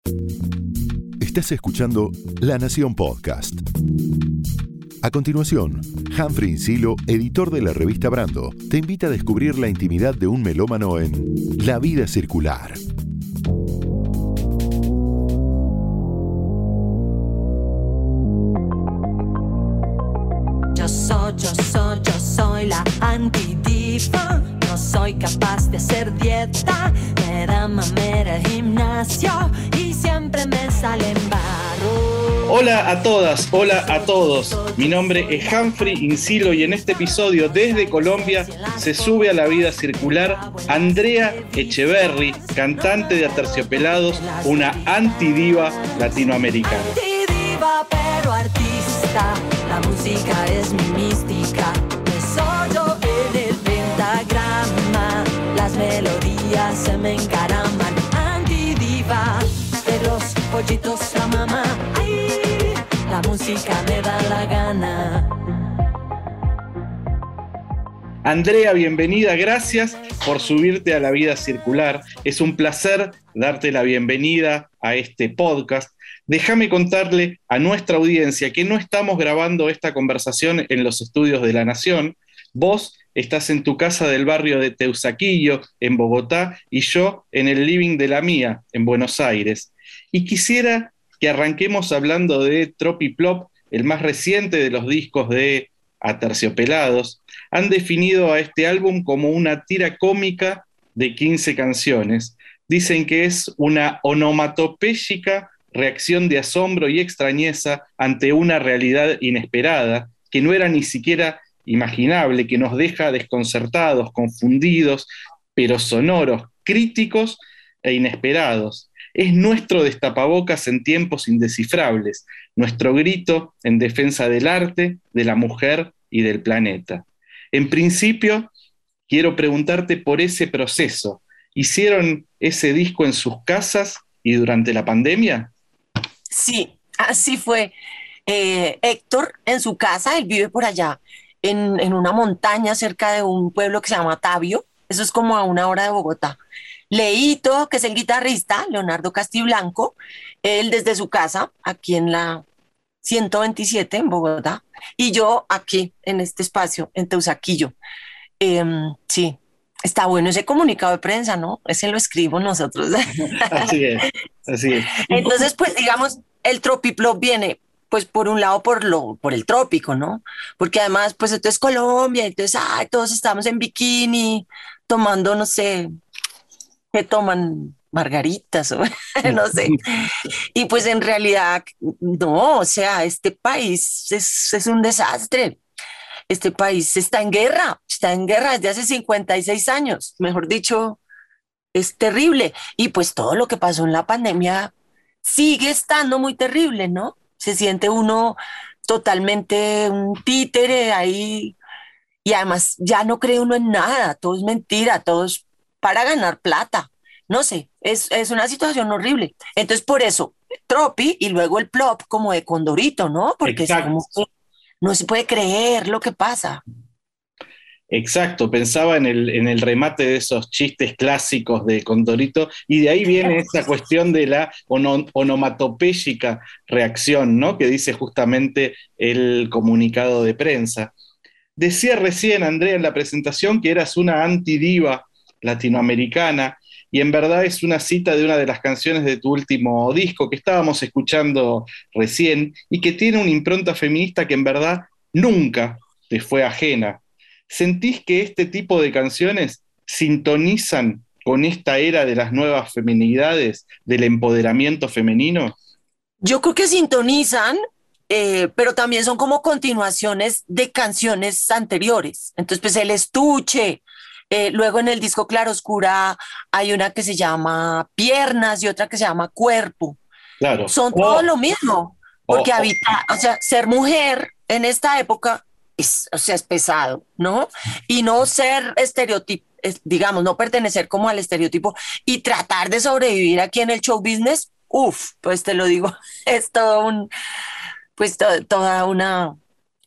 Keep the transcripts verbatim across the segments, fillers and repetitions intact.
Estás escuchando La Nación Podcast. A continuación, Humphrey Insilo, editor de la revista Brando, te invita a descubrir la intimidad de un melómano en La Vida Circular. Yo soy, yo soy, yo soy la antidiva. No soy capaz de hacer dieta. Me da mamera el gimnasio y siempre me sale en barro. Hola a todas, hola a todos. Mi nombre es Humphrey Insilo y en este episodio desde Colombia se sube a La Vida Circular Andrea Echeverry, cantante de Aterciopelados, una antidiva latinoamericana. Antidiva pero artista, la música es mi mística. Me sollo en el pentagrama, las melodías se me encaraman. Antidiva de los pollitos la mamá. Ay, la música me da la gana. Andrea, bienvenida, gracias por subirte a La Vida Circular. Es un placer darte la bienvenida a este podcast. Déjame contarle a nuestra audiencia que no estamos grabando esta conversación en los estudios de La Nación. Vos estás en tu casa del barrio de Teusaquillo, en Bogotá, y yo en el living de la mía, en Buenos Aires. Y quisiera que arranquemos hablando de Tropiplop, el más reciente de los discos de Aterciopelados. Han definido a este álbum como una tira cómica de quince canciones. Dicen que es una onomatopéyica reacción de asombro y extrañeza ante una realidad inesperada, que no era ni siquiera imaginable, que nos deja desconcertados, confundidos, pero sonoros, críticos e inesperados. Es nuestro destapabocas en tiempos indescifrables, nuestro grito en defensa del arte, de la mujer y del planeta. En principio, quiero preguntarte por ese proceso. ¿Hicieron ese disco en sus casas y durante la pandemia? Sí, así fue. Eh, Héctor en su casa, él vive por allá en, en una montaña cerca de un pueblo que se llama Tabio, eso es como a una hora de Bogotá. Leito, que es el guitarrista, Leonardo Castiblanco, él desde su casa, aquí en la ciento veintisiete en Bogotá, y yo aquí en este espacio, en Teusaquillo. Eh, sí, está bueno ese comunicado de prensa, ¿no? Ese lo escribo nosotros. Así es, así es. Entonces, pues digamos, el Tropiplop viene, pues por un lado por lo, por el trópico, ¿no? Porque además, pues esto es Colombia, entonces, ay, todos estamos en bikini, tomando, no sé, ¿qué toman? Margaritas o no sé. Y pues en realidad, no, o sea, este país es, es un desastre. Este país está en guerra, está en guerra desde hace cincuenta y seis años, mejor dicho, es terrible. Y pues todo lo que pasó en la pandemia sigue estando muy terrible, ¿no? Se siente uno totalmente un títere ahí y además ya no cree uno en nada, todo es mentira, todo es para ganar plata. No sé, es, es una situación horrible. Entonces por eso, Tropi y luego el plop como de Condorito, ¿no? Porque es como que no se puede creer lo que pasa. Exacto, pensaba en el, en el remate de esos chistes clásicos de Condorito, y de ahí viene esa cuestión de la ono, onomatopéyica reacción, ¿no? Que dice justamente el comunicado de prensa. Decía recién, Andrea, en la presentación que eras una antidiva latinoamericana, y en verdad es una cita de una de las canciones de tu último disco que estábamos escuchando recién, y que tiene una impronta feminista que en verdad nunca te fue ajena. ¿Sentís que este tipo de canciones sintonizan con esta era de las nuevas feminidades, del empoderamiento femenino? Yo creo que sintonizan, eh, pero también son como continuaciones de canciones anteriores. Entonces, pues el estuche, eh, luego en el disco Claroscura hay una que se llama Piernas y otra que se llama Cuerpo. Claro. Son Oh, todo lo mismo, porque oh, oh. habita, o sea, ser mujer en esta época es, o sea, es pesado, ¿no? Y no ser estereotipo, digamos, no pertenecer como al estereotipo y tratar de sobrevivir aquí en el show business, uff, pues te lo digo, es todo un, pues to, toda una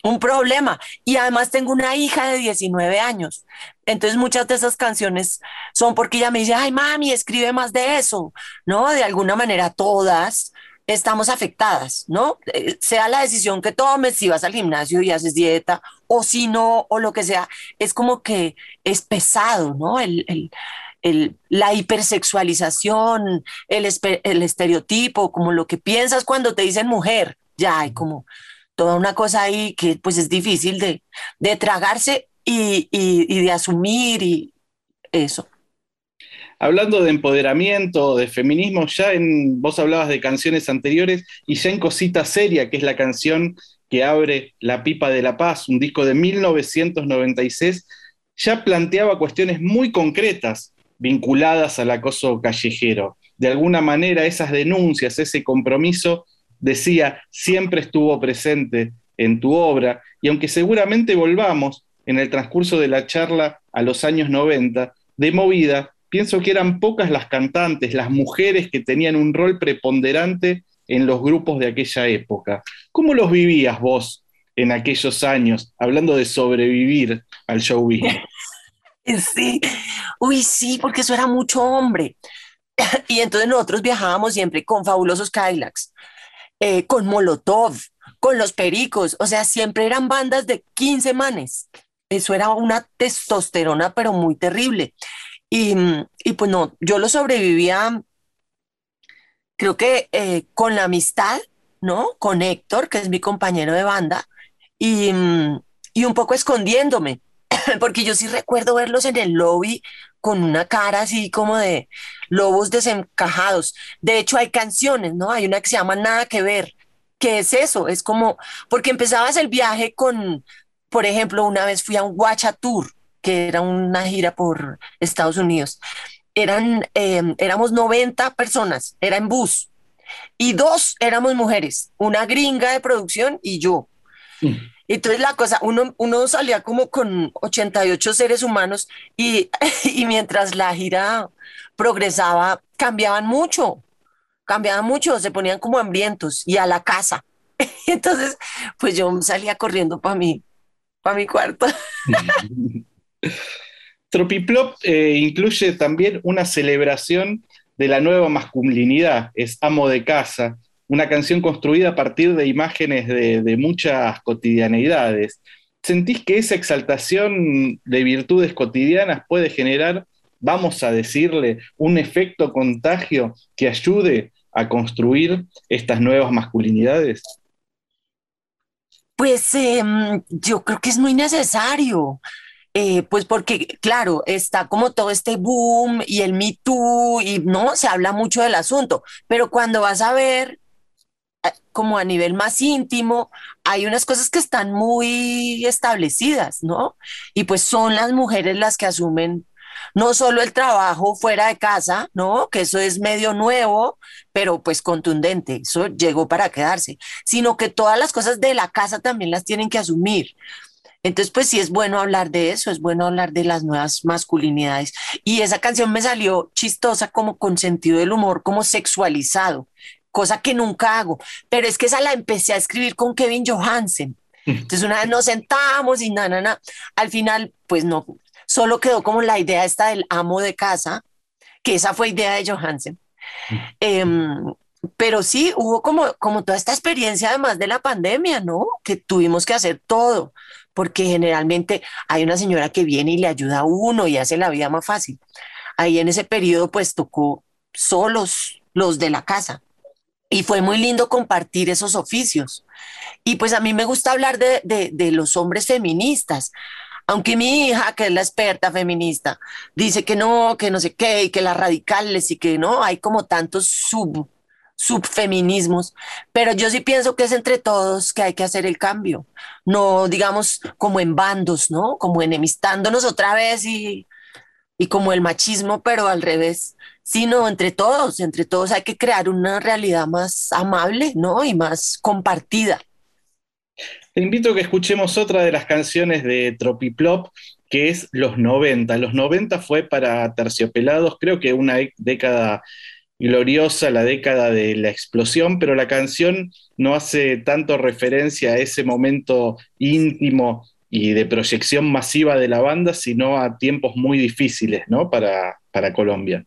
un problema. Y además tengo una hija de diecinueve años. Entonces muchas de esas canciones son porque ella me dice, ay, mami, escribe más de eso, ¿no? De alguna manera todas estamos afectadas, ¿no? Eh, sea la decisión que tomes, si vas al gimnasio y haces dieta, o si no, o lo que sea, es como que es pesado, ¿no? El, el, el, la hipersexualización, el, espe- el estereotipo, como lo que piensas cuando te dicen mujer, ya hay como toda una cosa ahí que pues es difícil de, de tragarse y, y, y de asumir y eso. Hablando de empoderamiento, de feminismo, ya en, vos hablabas de canciones anteriores y ya en Cosita Seria, que es la canción que abre La Pipa de la Paz, un disco de mil novecientos noventa y seis, ya planteaba cuestiones muy concretas vinculadas al acoso callejero. De alguna manera esas denuncias, ese compromiso, decía, siempre estuvo presente en tu obra, y aunque seguramente volvamos en el transcurso de la charla a los años noventa, de movida, pienso que eran pocas las cantantes, las mujeres que tenían un rol preponderante en los grupos de aquella época. ¿Cómo los vivías vos en aquellos años, hablando de sobrevivir al show business? Sí, uy, sí, porque eso era mucho hombre. Y entonces nosotros viajábamos siempre con Fabulosos Cadillacs, eh, con Molotov, con Los Pericos, o sea, siempre eran bandas de quince manes. Eso era una testosterona, pero muy terrible. Y, mm, y pues no, yo lo sobrevivía, creo que eh, con la amistad, ¿no? Con Héctor, que es mi compañero de banda, y, mm, y un poco escondiéndome, porque yo sí recuerdo verlos en el lobby con una cara así como de lobos desencajados. De hecho, hay canciones, ¿no? Hay una que se llama Nada que ver, que es eso, es como, porque empezabas el viaje con, por ejemplo, una vez fui a un Guacha Tour, que era una gira por Estados Unidos. Eran, eh, éramos noventa personas, era en bus, y dos éramos mujeres, una gringa de producción y yo. Entonces la cosa, uno, uno salía como con ochenta y ocho seres humanos y, y mientras la gira progresaba, cambiaban mucho, cambiaban mucho, se ponían como hambrientos y a la casa. Entonces, pues yo salía corriendo para mi, para mi cuarto. Tropiplop eh, incluye también una celebración de la nueva masculinidad, es Amo de Casa, una canción construida a partir de imágenes de, de muchas cotidianeidades. ¿Sentís que esa exaltación de virtudes cotidianas puede generar, vamos a decirle, un efecto contagio que ayude a construir estas nuevas masculinidades? Pues eh, yo creo que es muy necesario. Eh, pues porque, claro, está como todo este boom y el Me Too y no, se habla mucho del asunto, pero cuando vas a ver eh, como a nivel más íntimo, hay unas cosas que están muy establecidas, ¿no? Y pues son las mujeres las que asumen no solo el trabajo fuera de casa, ¿no? Que eso es medio nuevo, pero pues contundente, eso llegó para quedarse, sino que todas las cosas de la casa también las tienen que asumir. Entonces, pues sí es bueno hablar de eso, es bueno hablar de las nuevas masculinidades. Y esa canción me salió chistosa, como con sentido del humor, como sexualizado, cosa que nunca hago. Pero es que esa la empecé a escribir con Kevin Johansen. Entonces una vez nos sentamos y na, na, na. Al final, pues no, solo quedó como la idea esta del amo de casa, que esa fue idea de Johansen. Em, pero sí, hubo como, como toda esta experiencia además de la pandemia, ¿no? Que tuvimos que hacer todo, porque generalmente hay una señora que viene y le ayuda a uno y hace la vida más fácil. Ahí en ese periodo pues tocó solos los de la casa y fue muy lindo compartir esos oficios. Y pues a mí me gusta hablar de, de, de los hombres feministas. Aunque mi hija, que es la experta feminista, dice que no, que no sé qué, y que las radicales y que no, hay como tantos sub, subfeminismos, pero yo sí pienso que es entre todos que hay que hacer el cambio, no digamos como en bandos, ¿no? Como enemistándonos otra vez y, y como el machismo, pero al revés, sino entre todos, entre todos hay que crear una realidad más amable, ¿no? Y más compartida. Te invito a que escuchemos otra de las canciones de Tropiplop, que es Los noventa. Los noventa fue para Terciopelados, creo que una década gloriosa, la década de la explosión, pero la canción no hace tanto referencia a ese momento íntimo y de proyección masiva de la banda, sino a tiempos muy difíciles, ¿no? Para, para Colombia.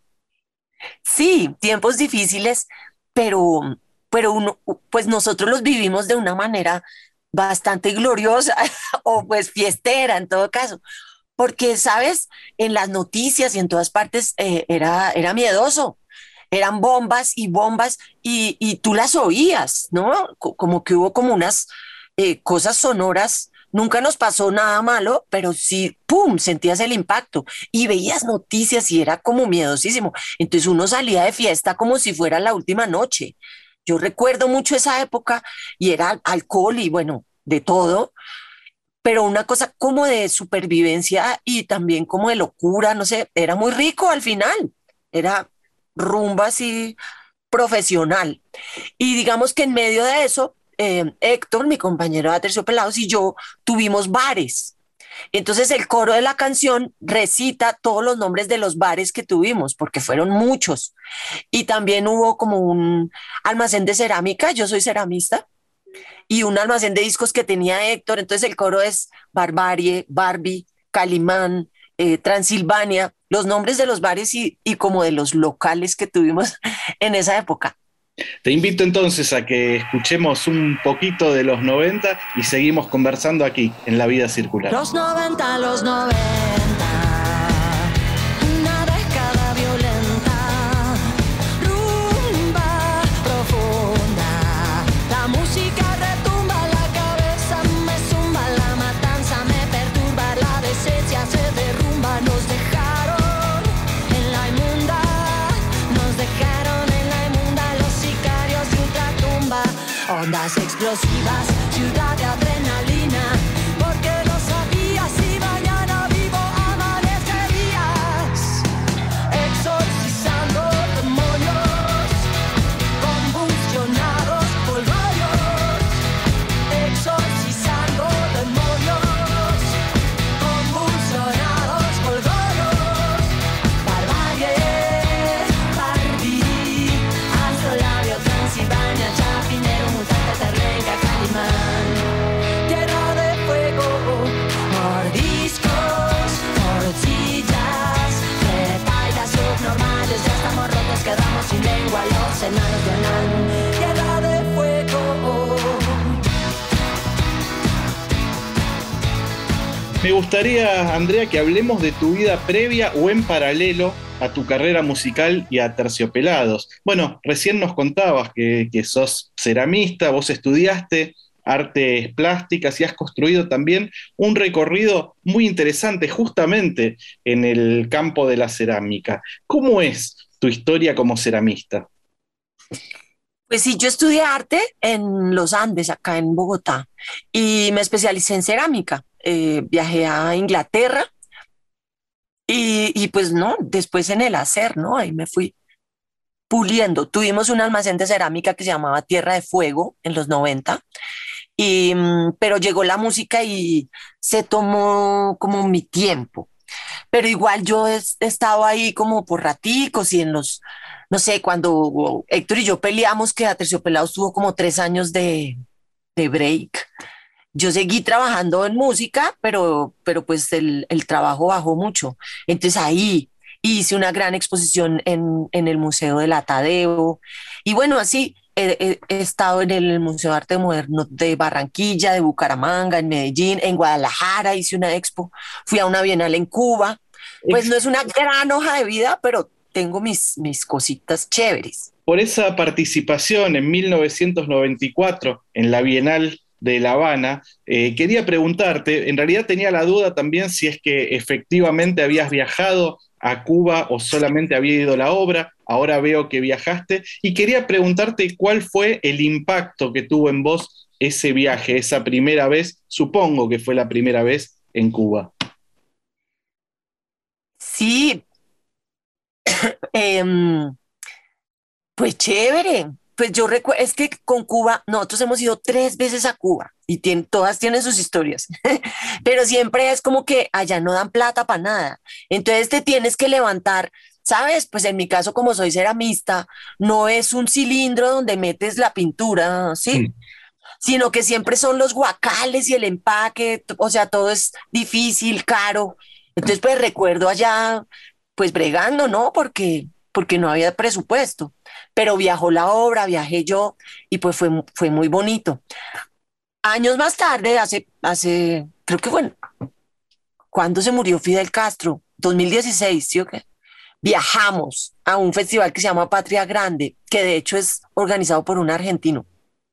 Sí, tiempos difíciles, pero, pero uno, pues nosotros los vivimos de una manera bastante gloriosa o pues fiestera en todo caso, porque, sabes, en las noticias y en todas partes eh, era, era miedoso. Eran bombas y bombas y, y tú las oías, ¿no? Co- Como que hubo como unas eh, cosas sonoras. Nunca nos pasó nada malo, pero sí, ¡pum!, sentías el impacto y veías noticias y era como miedosísimo. Entonces uno salía de fiesta como si fuera la última noche. Yo recuerdo mucho esa época y era alcohol y bueno, de todo, pero una cosa como de supervivencia y también como de locura, no sé, era muy rico al final. Era rumba así profesional. Y digamos que en medio de eso, eh, Héctor, mi compañero de Aterciopelados, y yo tuvimos bares. Entonces el coro de la canción recita todos los nombres de los bares que tuvimos, porque fueron muchos. Y también hubo como un almacén de cerámica, yo soy ceramista, y un almacén de discos que tenía Héctor. Entonces el coro es Barbarie, Barbie, Calimán, eh, Transilvania, los nombres de los bares y, y como de los locales que tuvimos en esa época. Te invito entonces a que escuchemos un poquito de los noventa y seguimos conversando aquí en La Vida Circular. Los noventa, los noventa, una década violenta, rumba profunda, la música retumba, la cabeza me zumba, la matanza me perturba, la decencia se derrumba, nos dejaron en la inmunda, nos dejaron en la inmunda los sicarios de ultratumba, ondas explosivas, ciudad de adrenalina, porque no sabía si mañana vivo amanecerías, exorcizando demonios, convulsionados por rayos, exorcizando demonios, convulsionados por rayos, barbarie, Barbie, astrolabio, Transilvania, Chapinero, mutante, terrenca, Calimán, tierra de fuego, mordiscos, morcillas, retailas subnormales, ya estamos rotos, quedamos sin lengua, los enanos de Anán, tierra de fuego. Me gustaría, Andrea, que hablemos de tu vida previa o en paralelo a tu carrera musical y a Terciopelados. Bueno, recién nos contabas que, que sos ceramista, vos estudiaste artes plásticas y has construido también un recorrido muy interesante justamente en el campo de la cerámica. ¿Cómo es tu historia como ceramista? Pues sí, yo estudié arte en los Andes, acá en Bogotá, y me especialicé en cerámica. Eh, viajé a Inglaterra y, y pues no, después en el hacer, ¿no? Ahí me fui puliendo. Tuvimos un almacén de cerámica que se llamaba Tierra de Fuego en los noventa, y, mm, pero llegó la música y se tomó como mi tiempo. Pero igual yo he, he estado ahí como por raticos y en los, no sé, cuando Héctor y yo peleamos, que Aterciopelados tuvo como tres años de, de break. Yo seguí trabajando en música, pero, pero pues el, el trabajo bajó mucho. Entonces ahí hice una gran exposición en, en el Museo del Atadeo. Y bueno, así he, he- he estado en el Museo de Arte Moderno de Barranquilla, de Bucaramanga, en Medellín, en Guadalajara hice una expo, fui a una bienal en Cuba. Pues no es una gran hoja de vida, pero tengo mis, mis cositas chéveres. Por esa participación en mil novecientos noventa y cuatro en la Bienal de La Habana, eh, quería preguntarte, en realidad tenía la duda también si es que efectivamente habías viajado a Cuba o solamente había ido la obra, ahora veo que viajaste, y quería preguntarte cuál fue el impacto que tuvo en vos ese viaje, esa primera vez, supongo que fue la primera vez en Cuba. Sí, em, pues chévere. Pues yo recuerdo, es que con Cuba, nosotros hemos ido tres veces a Cuba y tien- todas tienen sus historias, pero siempre es como que allá no dan plata para nada. Entonces te tienes que levantar ¿sabes? Pues en mi caso, como soy ceramista, no es un cilindro donde metes la pintura, ¿sí? Mm. Sino que siempre son los guacales y el empaque, t- o sea, todo es difícil, caro. Entonces, pues recuerdo allá, pues bregando, ¿no? Porque, porque no había presupuesto, pero viajó la obra, viajé yo y pues fue, mu- fue muy bonito. Años más tarde, hace, hace, creo que fue, ¿cuándo se murió Fidel Castro? dos mil dieciséis, ¿sí o qué? Viajamos a un festival que se llama Patria Grande, que de hecho es organizado por un argentino.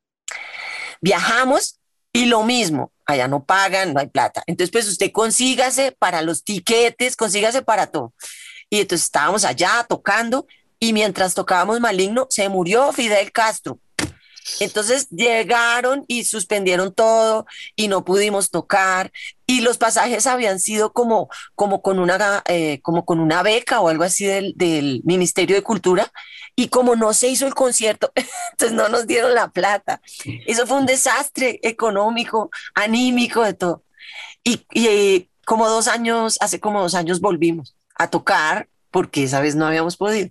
Viajamos y lo mismo, allá no pagan, no hay plata. Entonces, pues usted consígase para los tiquetes, consígase para todo. Y entonces estábamos allá tocando y mientras tocábamos Maligno, se murió Fidel Castro. Entonces llegaron y suspendieron todo y no pudimos tocar y los pasajes habían sido como, como, con, una, eh, como con una beca o algo así del, del Ministerio de Cultura y como no se hizo el concierto, entonces no nos dieron la plata. Eso fue un desastre económico, anímico, de todo. Y, y eh, como dos años, hace como dos años volvimos a tocar porque esa vez no habíamos podido.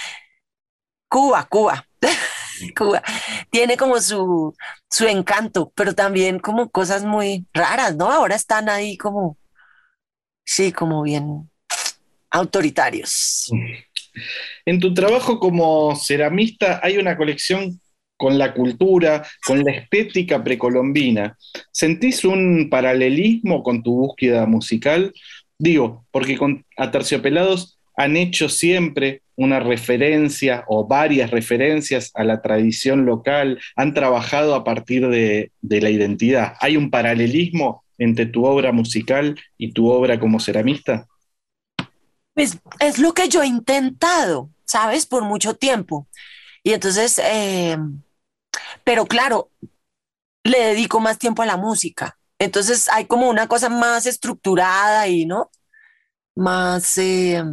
Cuba, Cuba. Cuba tiene como su, su encanto, pero también como cosas muy raras, ¿no? Ahora están ahí como, sí, como bien autoritarios. En tu trabajo como ceramista hay una colección con la cultura, con la estética precolombina. ¿Sentís un paralelismo con tu búsqueda musical? Digo, porque con Aterciopelados han hecho siempre una referencia o varias referencias a la tradición local, han trabajado a partir de, de la identidad. ¿Hay un paralelismo entre tu obra musical y tu obra como ceramista? Pues es lo que yo he intentado, ¿sabes? Por mucho tiempo. Y entonces, eh, pero claro, le dedico más tiempo a la música. Entonces hay como una cosa más estructurada y, ¿no? Más, eh,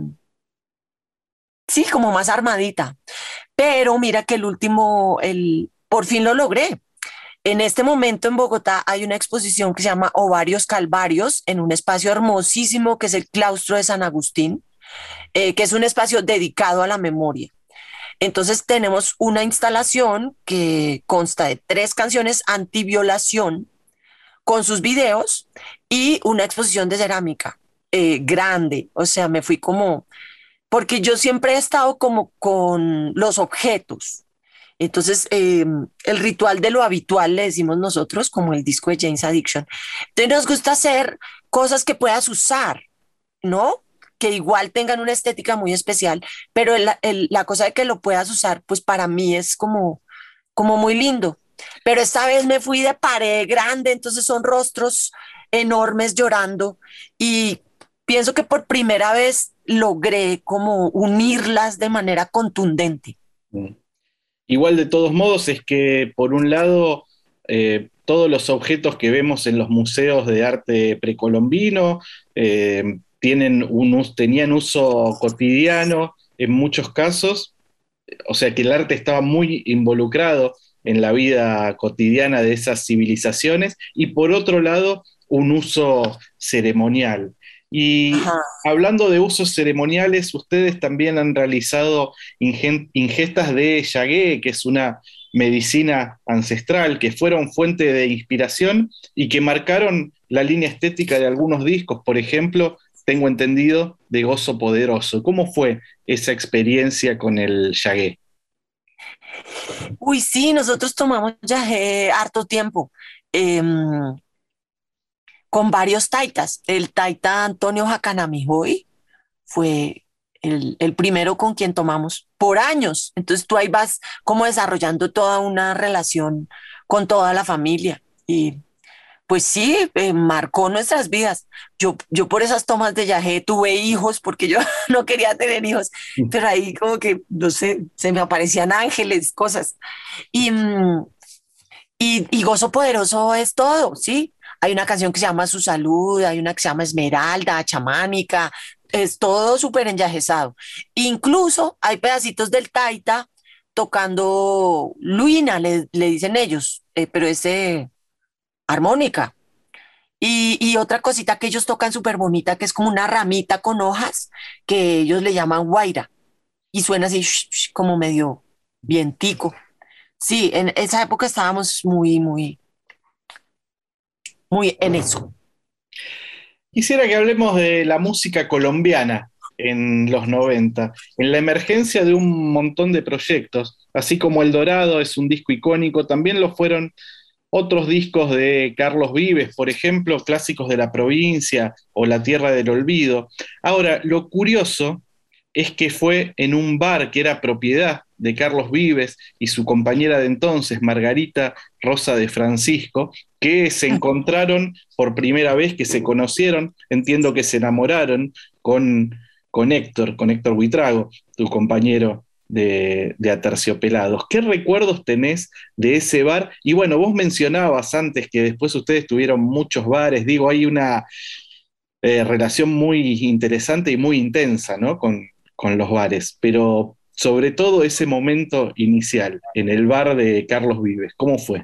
sí, como más armadita. Pero mira que el último, el, por fin lo logré. En este momento en Bogotá hay una exposición que se llama Ovarios Calvarios en un espacio hermosísimo que es el Claustro de San Agustín, eh, que es un espacio dedicado a la memoria. Entonces tenemos una instalación que consta de tres canciones antiviolación con sus videos y una exposición de cerámica eh, grande. O sea, me fui como, porque yo siempre he estado como con los objetos. Entonces, eh, el ritual de lo habitual le decimos nosotros, como el disco de Jane's Addiction. Entonces, nos gusta hacer cosas que puedas usar, ¿no? Que igual tengan una estética muy especial, pero el- el- la cosa de que lo puedas usar, pues para mí es como, como muy lindo. Pero esta vez me fui de pared grande, entonces son rostros enormes llorando y pienso que por primera vez logré como unirlas de manera contundente. Mm. Igual de todos modos es que por un lado eh, todos los objetos que vemos en los museos de arte precolombino eh, tienen un, us- tenían uso cotidiano en muchos casos, o sea que el arte estaba muy involucrado en la vida cotidiana de esas civilizaciones y por otro lado un uso ceremonial. Y Ajá. hablando de usos ceremoniales, ustedes también han realizado ingen- ingestas de yagué, que es una medicina ancestral, que fueron fuente de inspiración y que marcaron la línea estética de algunos discos, por ejemplo, tengo entendido, de Gozo Poderoso. ¿Cómo fue esa experiencia con el yagué? Uy, sí, nosotros tomamos ya eh, harto tiempo em, con varios taitas. El taita Antonio Jacanamijoy fue el, el primero con quien tomamos por años. Entonces tú ahí vas como desarrollando toda una relación con toda la familia. Y pues sí, eh, marcó nuestras vidas. Yo, yo por esas tomas de yagé tuve hijos porque yo no quería tener hijos, pero ahí como que, no sé, se me aparecían ángeles, cosas. Y, mm, y, y Gozo Poderoso es todo, ¿sí? Hay una canción que se llama Su Salud, hay una que se llama Esmeralda, Chamánica, es todo súper enyajezado. Incluso hay pedacitos del Taita tocando Luina, le, le dicen ellos, eh, pero es eh, armónica. Y, y otra cosita que ellos tocan súper bonita, que es como una ramita con hojas, que ellos le llaman guaira. y suena así como medio vientico. Sí, en esa época estábamos muy, muy, muy en eso. Quisiera que hablemos de la música colombiana en los noventa, en la emergencia de un montón de proyectos, así como El Dorado es un disco icónico, también lo fueron otros discos de Carlos Vives, por ejemplo, clásicos de la provincia o La Tierra del Olvido. Ahora, lo curioso es que fue en un bar que era propiedad de Carlos Vives y su compañera de entonces, Margarita Rosa de Francisco, que se encontraron por primera vez, que se conocieron, entiendo que se enamoraron con, con Héctor, con Héctor Buitrago, tu compañero de, de Aterciopelados. ¿Qué recuerdos tenés de ese bar? Y bueno, vos mencionabas antes que después ustedes tuvieron muchos bares, digo, hay una eh, relación muy interesante y muy intensa, ¿no? Con, con los bares, pero sobre todo ese momento inicial en el bar de Carlos Vives, ¿cómo fue?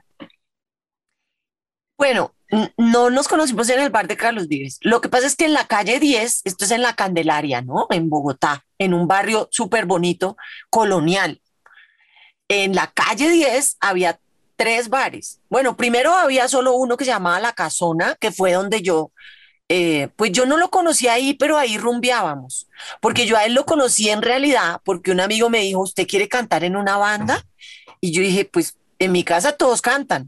Bueno, n- no nos conocimos en el bar de Carlos Vives. Lo que pasa es que en la calle diez, esto es en la Candelaria, ¿no? En Bogotá, en un barrio súper bonito, colonial. En la calle diez había tres bares. Bueno, primero había solo uno que se llamaba La Casona, que fue donde yo, eh, pues yo no lo conocí ahí, pero ahí rumbeábamos. Porque yo a él lo conocí en realidad porque un amigo me dijo, ¿usted quiere cantar en una banda? Y yo dije, pues en mi casa todos cantan.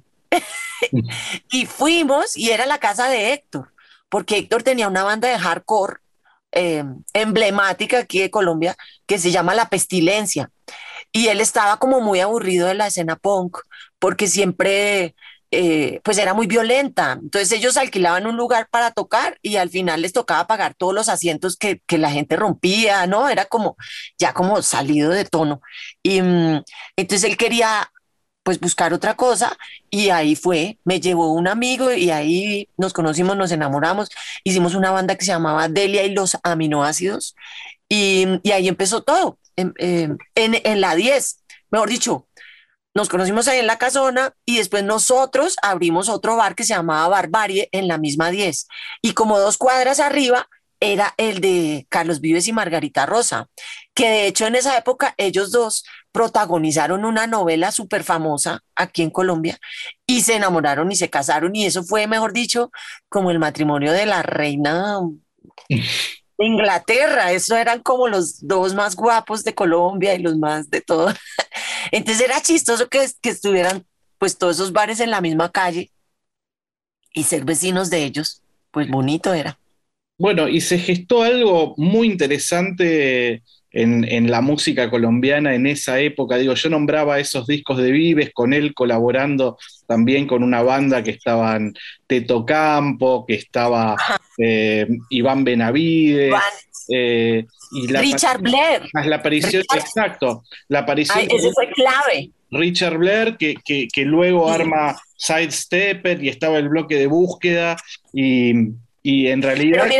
Y fuimos y era la casa de Héctor, porque Héctor tenía una banda de hardcore eh, emblemática aquí de Colombia que se llama La Pestilencia. Y él estaba como muy aburrido de la escena punk, porque siempre, eh, pues era muy violenta. Entonces ellos alquilaban un lugar para tocar y al final les tocaba pagar todos los asientos que, que la gente rompía, ¿no? Era como, ya como salido de tono. Y mm, entonces él quería pues buscar otra cosa y ahí fue, me llevó un amigo y ahí nos conocimos, nos enamoramos, hicimos una banda que se llamaba Delia y los aminoácidos y, y ahí empezó todo, en, en, en la diez, mejor dicho, nos conocimos ahí en la casona y después nosotros abrimos otro bar que se llamaba Barbarie en la misma diez. Y como dos cuadras arriba era el de Carlos Vives y Margarita Rosa, que de hecho en esa época ellos dos protagonizaron una novela súper famosa aquí en Colombia y se enamoraron y se casaron y eso fue, mejor dicho, como el matrimonio de la reina de Inglaterra. Eso eran como los dos más guapos de Colombia y los más de todo. Entonces era chistoso que, que estuvieran pues todos esos bares en la misma calle y ser vecinos de ellos, pues bonito era. Bueno, y se gestó algo muy interesante en, en la música colombiana en esa época. Digo, yo nombraba esos discos de Vives, con él colaborando también con una banda que estaban Teto Campo, que estaba eh, Iván Benavides, Van, eh, y la, Richard Blair, más la aparición, Richard, exacto, la aparición ay, ese de fue clave. Richard Blair, que, que, que luego Sí. arma Sidestepper y estaba el bloque de búsqueda, y, y en Pero realidad, mira,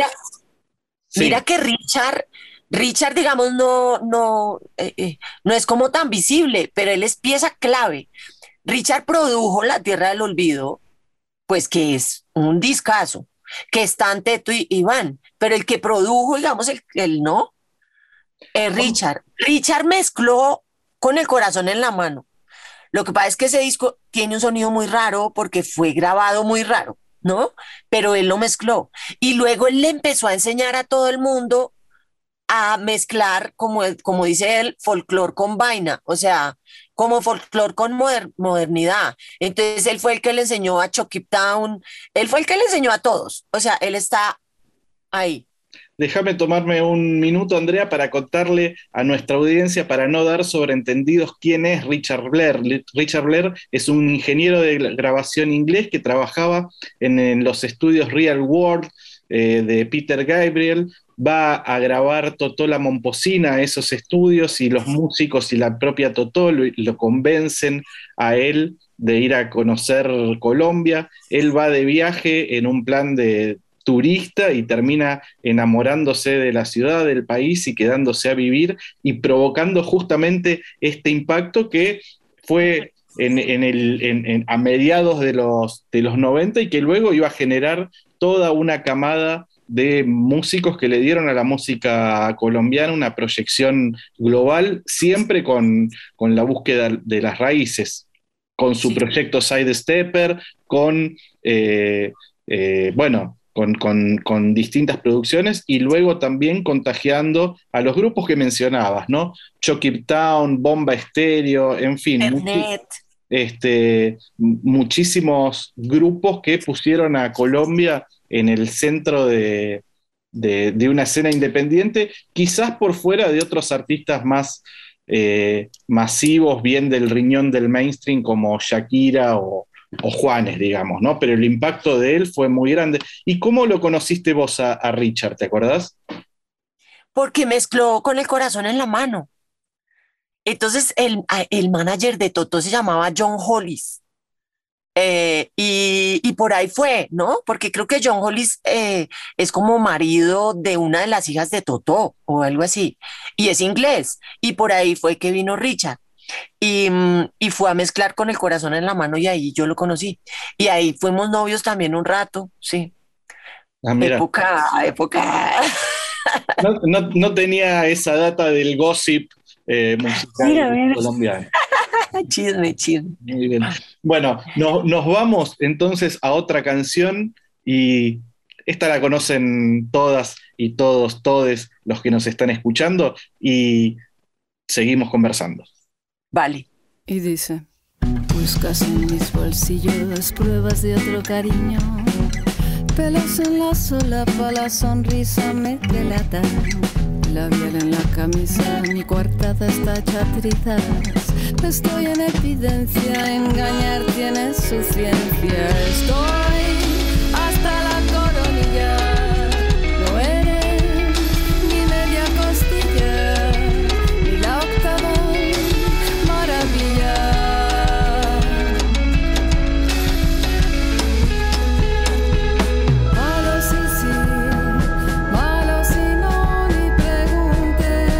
sí. mira que Richard, Richard, digamos, no, no, eh, eh, no es como tan visible, pero él es pieza clave. Richard produjo La Tierra del Olvido, pues que es un discazo, que están Teto y Iván, pero el que produjo, digamos, el, el no, es Richard. Richard mezcló con el corazón en la mano. Lo que pasa es que ese disco tiene un sonido muy raro porque fue grabado muy raro, ¿no? Pero él lo mezcló. Y luego él le empezó a enseñar a todo el mundo a mezclar, como, como dice él, folclore con vaina, o sea, como folclore con moder, modernidad. Entonces él fue el que le enseñó a Chucky Town, él fue el que le enseñó a todos, o sea, él está ahí. Déjame tomarme un minuto, Andrea, para contarle a nuestra audiencia, para no dar sobreentendidos, quién es Richard Blair. Richard Blair es un ingeniero de grabación inglés que trabajaba en, en los estudios Real World eh, de Peter Gabriel. Va a grabar Totó la Momposina a esos estudios y los músicos y la propia Totó lo, lo convencen a él de ir a conocer Colombia. Él va de viaje en un plan de turista y termina enamorándose de la ciudad, del país y quedándose a vivir y provocando justamente este impacto que fue en, en el, en, en, a mediados de los, de los noventa y que luego iba a generar toda una camada de músicos que le dieron a la música colombiana una proyección global, siempre con, con la búsqueda de las raíces, con su Sí. proyecto Sidestepper, con, eh, eh, bueno, con, con, con distintas producciones y luego también contagiando a los grupos que mencionabas, ¿no? Chucky Town, Bomba Estéreo, en fin, muchi- Internet. este, muchísimos grupos que pusieron a Colombia en el centro de, de- de una escena independiente, quizás por fuera de otros artistas más eh, masivos, bien del riñón del mainstream, como Shakira o, o Juanes, digamos, ¿no? Pero el impacto de él fue muy grande. ¿Y cómo lo conociste vos a, a Richard, te acordás? Porque mezcló con el corazón en la mano. Entonces, el, a- el manager de Totó se llamaba John Hollis. Eh, y, y por ahí fue, ¿no? Porque creo que John Hollis eh, es como marido de una de las hijas de Totó o algo así. Y es inglés. Y por ahí fue que vino Richard. Y, mm, y fue a mezclar con el corazón en la mano y ahí yo lo conocí. Y ahí fuimos novios también un rato, sí. Ah, mira, Época, época. no, no- no tenía esa data del gossip eh, musical Mira, mira. colombiano. Chisme, chisme. Muy bien. Bueno, no- nos vamos entonces a otra canción y esta la conocen todas y todos, todes los que nos están escuchando y seguimos conversando. Vale. Y dice, buscas en mis bolsillos pruebas de otro cariño. Pelos en la solapa, la sonrisa me delata. Labial en la camisa, mi coartada está hecha trizas. Estoy en evidencia, engañar tiene su ciencia. Estoy hasta la coronilla. No eres ni media costilla, ni la octava maravilla. Malo si sí, malo si no, ni preguntes.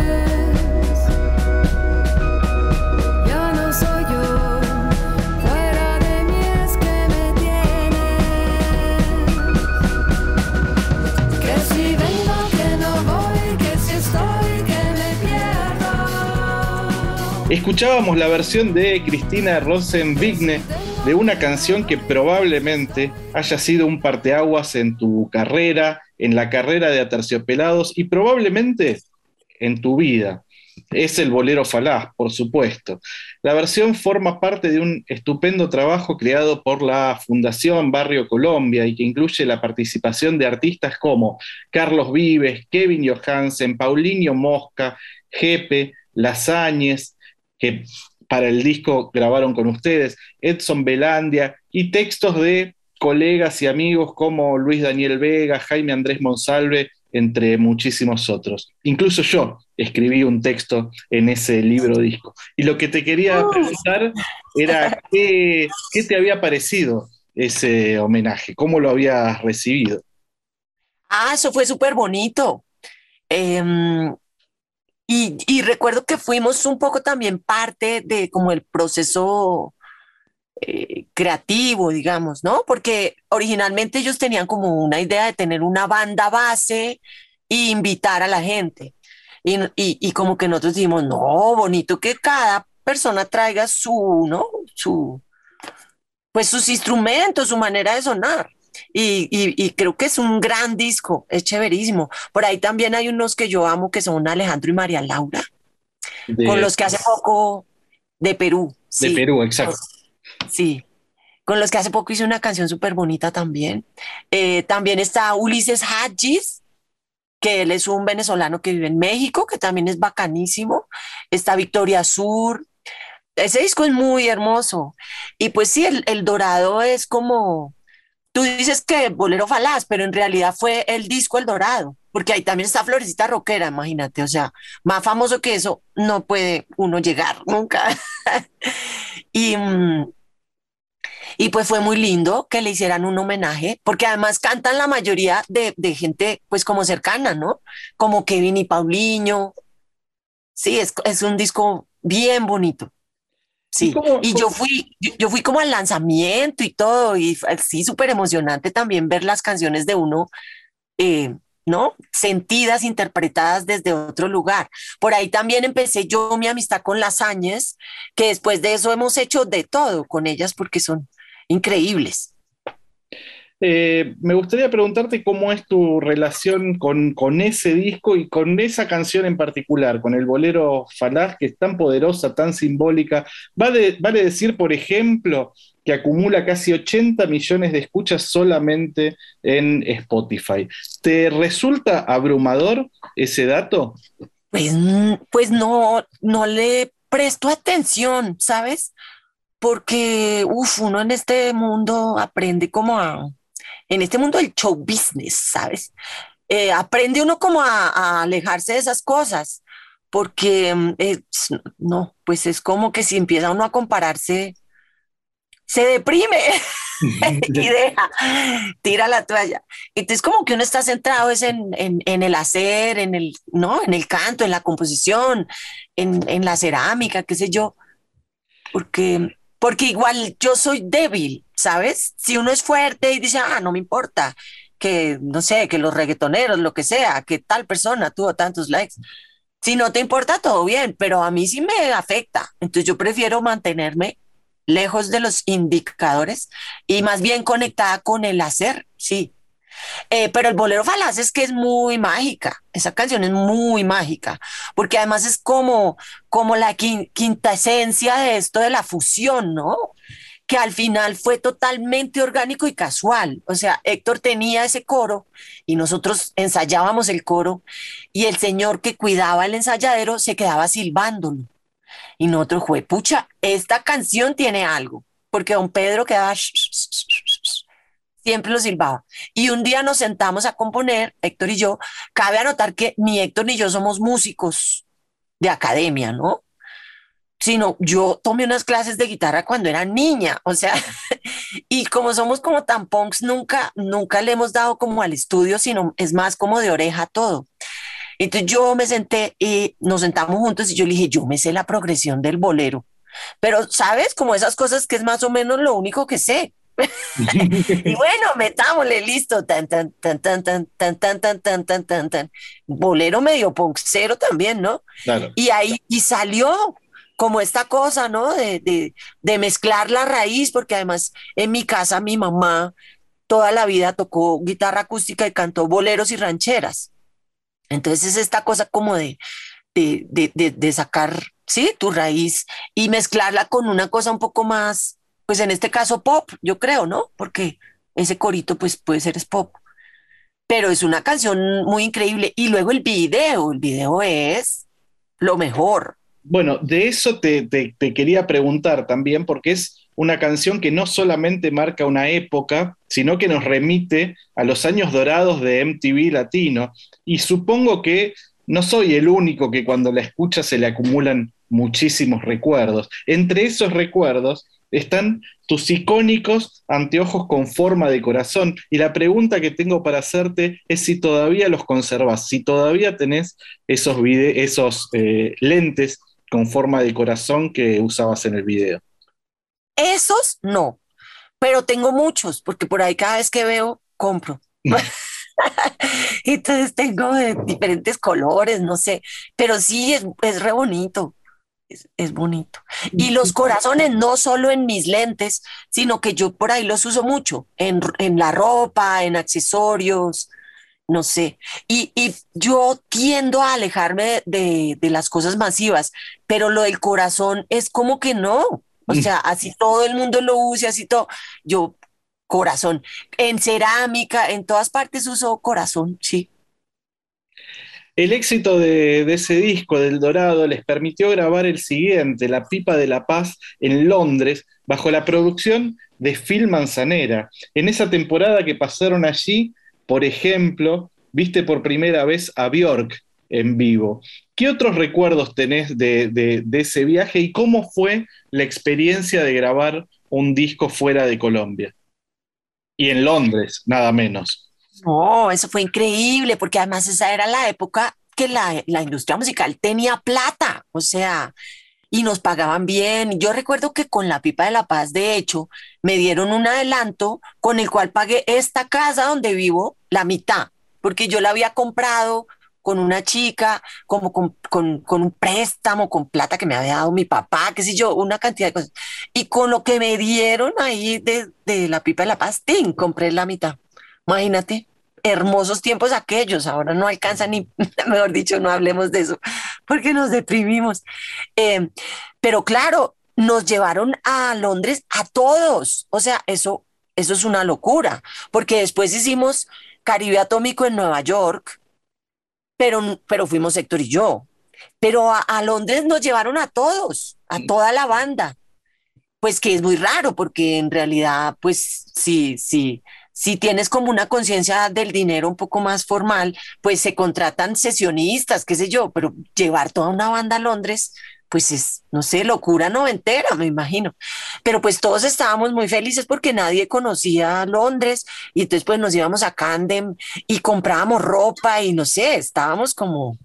Ya no soy yo, fuera de mí es que me tienes. Que si vengo, que no voy, que si estoy, que me pierdo. Escuchábamos la versión de Cristina Rosenvigne de una canción que probablemente haya sido un parteaguas en tu carrera, en la carrera de Aterciopelados y probablemente en tu vida. Es el Bolero Falaz, por supuesto. La versión forma parte de un estupendo trabajo creado por la Fundación Barrio Colombia y que incluye la participación de artistas como Carlos Vives, Kevin Johansen, Paulinho Mosca, Jepe, Lasáñez, que para el disco grabaron con ustedes, Edson Belandia, y textos de colegas y amigos como Luis Daniel Vega, Jaime Andrés Monsalve, entre muchísimos otros. Incluso yo escribí un texto en ese libro disco. Y lo que te quería preguntar era qué, qué te había parecido ese homenaje, cómo lo habías recibido. Ah, eso fue súper bonito. Em, y, y recuerdo que fuimos un poco también parte de como el proceso eh, creativo, digamos, ¿no? Porque originalmente ellos tenían como una idea de tener una banda base e invitar a la gente. Y, y, y como que nosotros dijimos, no, bonito que cada persona traiga su, ¿no? Su, pues sus instrumentos, su manera de sonar. Y, y, y creo que es un gran disco, es chéverísimo. Por ahí también hay unos que yo amo que son Alejandro y María Laura, con De, los que hace poco de Perú, de sí, Perú, exacto. sí, con los que hace poco hice una canción súper bonita también. Eh, también está Ulises Hadjis, que él es un venezolano que vive en México, que también es bacanísimo. Está Victoria Sur. Ese disco es muy hermoso. Y pues sí, el, el Dorado es como, tú dices que Bolero Falaz, pero en realidad fue el disco El Dorado, porque ahí también está Florecita Rockera, imagínate, o sea, más famoso que eso no puede uno llegar nunca. y, mm, y pues fue muy lindo que le hicieran un homenaje, porque además cantan la mayoría de, de gente pues como cercana, ¿no? Como Kevin y Paulinho. Sí, es, es un disco bien bonito. ¿Y Sí, cómo, y yo cómo- fui, yo, yo fui como al lanzamiento y todo, y fue sí, súper emocionante también ver las canciones de uno eh, ¿no? Sentidas, interpretadas desde otro lugar. Por ahí también empecé yo mi amistad con las Áñez, que después de eso hemos hecho de todo con ellas porque son increíbles. Eh, me gustaría preguntarte cómo es tu relación con, con ese disco y con esa canción en particular, con el bolero Falaz, que es tan poderosa, tan simbólica. Vale, vale decir, por ejemplo, que acumula casi ochenta millones de escuchas solamente en Spotify. ¿Te resulta abrumador ese dato? Pues, pues no, no le presto atención, ¿sabes? Porque, uff, uno en este mundo aprende como a, en este mundo del show business, ¿sabes? Eh, aprende uno como a, a alejarse de esas cosas, porque mm, eh, no, pues es como que si empieza uno a compararse, se deprime y deja, tira la toalla. Entonces como que uno está centrado es en, en, en el hacer, en el, ¿no? En el canto, en la composición, en, en la cerámica, qué sé yo, porque, porque igual yo soy débil, ¿sabes? Si uno es fuerte y dice, ah, no me importa, que no sé, que los reggaetoneros, lo que sea, que tal persona tuvo tantos likes. Si no te importa, todo bien, pero a mí sí me afecta. Entonces yo prefiero mantenerme lejos de los indicadores y más bien conectada con el hacer, sí. Eh, pero el bolero falaz es que es muy mágica, esa canción es muy mágica, porque además es como, como la quin- quinta esencia de esto de la fusión, ¿no? Que al final fue totalmente orgánico y casual. O sea, Héctor tenía ese coro y nosotros ensayábamos el coro y el señor que cuidaba el ensayadero se quedaba silbándolo. Y nosotros, fue, pucha, esta canción tiene algo, porque don Pedro quedaba, sh- sh- sh- sh- sh- siempre lo silbaba. Y un día nos sentamos a componer, Héctor y yo. Cabe anotar que ni Héctor ni yo somos músicos de academia, ¿no? Sino yo tomé unas clases de guitarra cuando era niña, o sea, y como somos como tan punks, nunca, nunca le hemos dado como al estudio, sino es más como de oreja todo. Entonces yo me senté y nos sentamos juntos y yo le dije, yo me sé la progresión del bolero, pero sabes, como esas cosas que es más o menos lo único que sé. Y bueno, metámosle, listo, tan, tan, tan, tan, tan, tan, tan, tan, tan, tan, tan, tan. Bolero medio punkcero también, ¿no? Claro. Y ahí, y salió como esta cosa, ¿no? De, de, de mezclar la raíz, porque además en mi casa mi mamá toda la vida tocó guitarra acústica y cantó boleros y rancheras. Entonces es esta cosa como de, de, de, de, de sacar, sí, tu raíz y mezclarla con una cosa un poco más, pues en este caso pop, yo creo, ¿no? Porque ese corito pues puede ser es pop, pero es una canción muy increíble. Y luego el video, el video es lo mejor. Bueno, de eso te, te- te quería preguntar también, porque es una canción que no solamente marca una época, sino que nos remite a los años dorados de M T V Latino. Y supongo que no soy el único que cuando la escucha se le acumulan muchísimos recuerdos. Entre esos recuerdos están tus icónicos anteojos con forma de corazón. Y la pregunta que tengo para hacerte es si todavía los conservas, si todavía tenés esos, vide- esos eh, lentes con forma de corazón que usabas en el video. Esos no, pero tengo muchos, porque por ahí cada vez que veo, compro. Entonces tengo de diferentes colores, no sé, pero sí es, es re bonito. Es, es bonito. Y los corazones no solo en mis lentes, sino que yo por ahí los uso mucho, en, en la ropa, en accesorios, no sé. Y, y yo tiendo a alejarme de, de, de las cosas masivas, pero lo del corazón es como que no. O sea, así todo el mundo lo use, así todo. Yo, corazón. En cerámica, en todas partes uso corazón, sí. El éxito de, de ese disco, del Dorado, les permitió grabar el siguiente, La Pipa de la Paz, en Londres, bajo la producción de Phil Manzanera. En esa temporada que pasaron allí, por ejemplo, viste por primera vez a Björk en vivo. ¿Qué otros recuerdos tenés de, de, de ese viaje y cómo fue la experiencia de grabar un disco fuera de Colombia? Y en Londres, nada menos. No, eso fue increíble, porque además esa era la época que la, la industria musical tenía plata, o sea, y nos pagaban bien. Yo recuerdo que con la Pipa de la Paz, de hecho, me dieron un adelanto con el cual pagué esta casa donde vivo la mitad, porque yo la había comprado con una chica, como con, con, con un préstamo, con plata que me había dado mi papá, qué sé yo, una cantidad de cosas. Y con lo que me dieron ahí de, de la Pipa de la Paz, ¡tin!, compré la mitad. Imagínate, hermosos tiempos aquellos, ahora no alcanza ni, mejor dicho, no hablemos de eso, porque nos deprimimos. Eh, pero claro, nos llevaron a Londres a todos, o sea, eso, eso es una locura, porque después hicimos Caribe Atómico en Nueva York, pero, pero fuimos Héctor y yo. Pero a, a Londres nos llevaron a todos, a toda la banda. Pues que es muy raro, porque en realidad, pues sí, sí, si tienes como una conciencia del dinero un poco más formal, pues se contratan sesionistas, qué sé yo, pero llevar toda una banda a Londres, pues es, no sé, locura noventera, me imagino. Pero pues todos estábamos muy felices porque nadie conocía Londres y entonces pues nos íbamos a Camden y comprábamos ropa y no sé, estábamos como,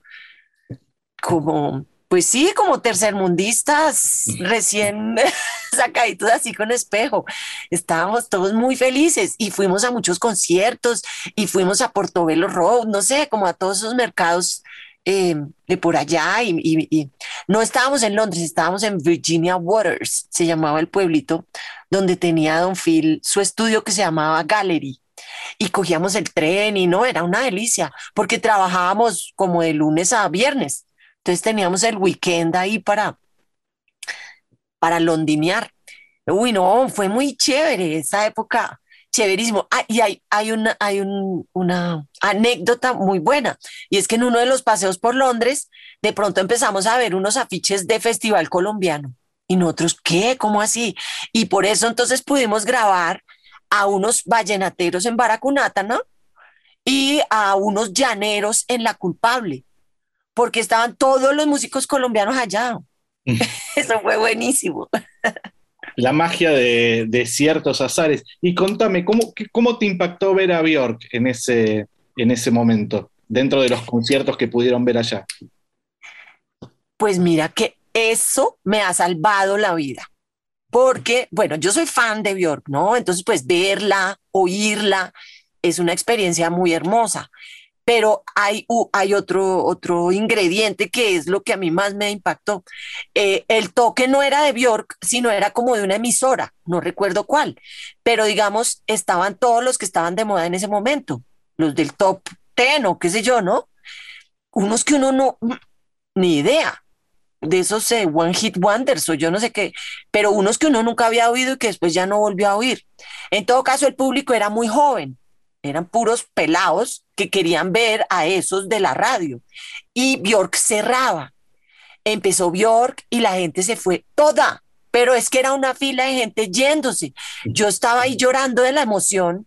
como, pues sí, como tercermundistas recién sacaditos así con espejo. Estábamos todos muy felices y fuimos a muchos conciertos y fuimos a Portobello Road, no sé, como a todos esos mercados eh, de por allá y, y, y no estábamos en Londres, estábamos en Virginia Waters, se llamaba el pueblito donde tenía Don Phil su estudio que se llamaba Gallery. Y cogíamos el tren y no, era una delicia, porque trabajábamos como de lunes a viernes. Entonces teníamos el weekend ahí para, para londinear. Uy, no, fue muy chévere esa época, chéverísimo. Ah, y hay, hay, una, hay un, una anécdota muy buena, y es que en uno de los paseos por Londres, de pronto empezamos a ver unos afiches de festival colombiano. Y nosotros, ¿qué? ¿Cómo así? Y por eso entonces pudimos grabar a unos vallenateros en Baracunata, ¿no? Y a unos llaneros en La Culpable, porque estaban todos los músicos colombianos allá. Eso fue buenísimo. La magia de, de ciertos azares. Y contame, ¿cómo, ¿cómo te impactó ver a Björk en ese, en ese momento, dentro de los conciertos que pudieron ver allá? Pues mira que eso me ha salvado la vida. Porque, bueno, yo soy fan de Björk, ¿no? Entonces, pues verla, oírla, es una experiencia muy hermosa. Pero hay, uh, hay otro, otro ingrediente que es lo que a mí más me impactó. Eh, el toque no era de Björk, sino era como de una emisora, no recuerdo cuál. Pero digamos, estaban todos los que estaban de moda en ese momento, los del top ten o qué sé yo, ¿no? Unos que uno no, ni idea. De esos eh, One Hit Wonders o yo no sé qué, pero unos que uno nunca había oído y que después ya no volvió a oír. En todo caso, el público era muy joven, eran puros pelados que querían ver a esos de la radio. Y Björk cerraba. Empezó Björk y la gente se fue toda, pero es que era una fila de gente yéndose. Yo estaba ahí llorando de la emoción.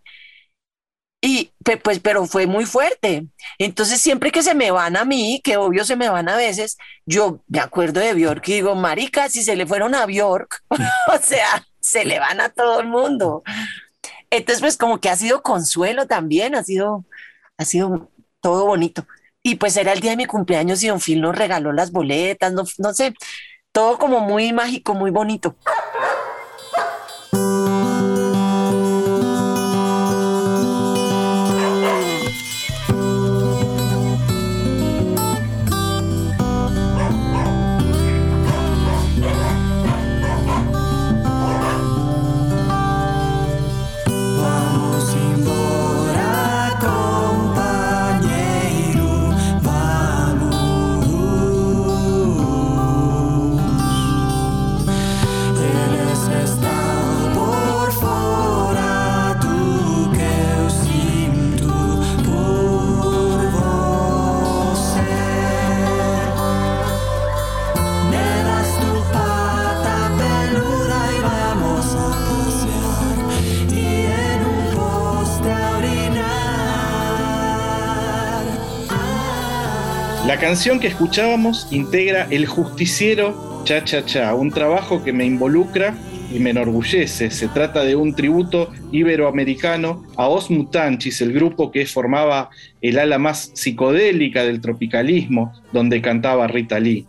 Y pues, pero fue muy fuerte. Entonces, siempre que se me van a mí, que obvio se me van a veces, yo me acuerdo de Björk y digo, marica, si se le fueron a Björk, o sea, se le van a todo el mundo. Entonces, pues como que ha sido consuelo también, ha sido, ha sido todo bonito. Y pues era el día de mi cumpleaños y Don Phil nos regaló las boletas, no, no sé, todo como muy mágico, muy bonito. La canción que escuchábamos integra El Justiciero Cha Cha Cha, un trabajo que me involucra y me enorgullece. Se trata de un tributo iberoamericano a Os Mutanchis, el grupo que formaba el ala más psicodélica del tropicalismo, donde cantaba Rita Lee.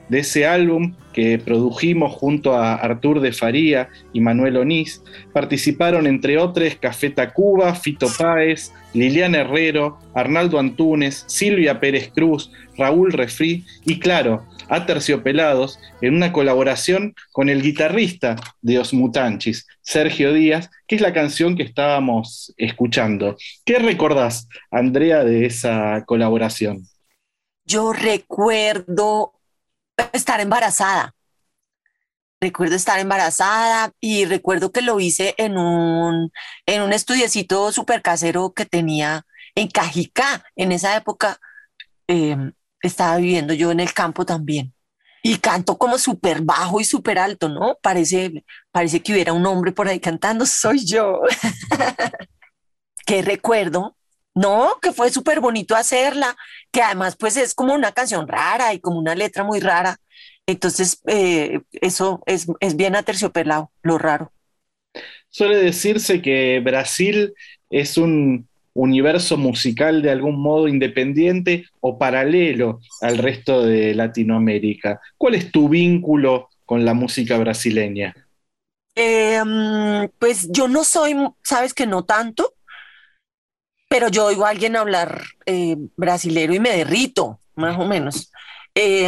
de ese álbum que produjimos junto a Artur de Faría y Manuel Onís. Participaron, entre otros, Café Tacuba, Fito Páez, Liliana Herrero, Arnaldo Antúnez, Silvia Pérez Cruz, Raúl Refrí y, claro, Aterciopelados, en una colaboración con el guitarrista de Os Mutanchis, Sergio Díaz, que es la canción que estábamos escuchando. ¿Qué recordás, Andrea, de esa colaboración? Yo recuerdo estar embarazada. Recuerdo estar embarazada y recuerdo que lo hice en un, en un estudiecito súper casero que tenía en Cajicá. En esa época eh, estaba viviendo yo en el campo también. Y canto como súper bajo y súper alto, ¿no? Parece, parece que hubiera un hombre por ahí cantando, soy yo. ¿Qué recuerdo? No, que fue súper bonito hacerla, que además pues es como una canción rara y como una letra muy rara. Entonces eh, eso es, es bien aterciopelado, lo raro. Suele decirse que Brasil es un universo musical de algún modo independiente o paralelo al resto de Latinoamérica. ¿Cuál es tu vínculo con la música brasileña? Eh, pues yo no soy, sabes que no tanto, pero yo oigo a alguien hablar eh, brasilero y me derrito, más o menos. Eh,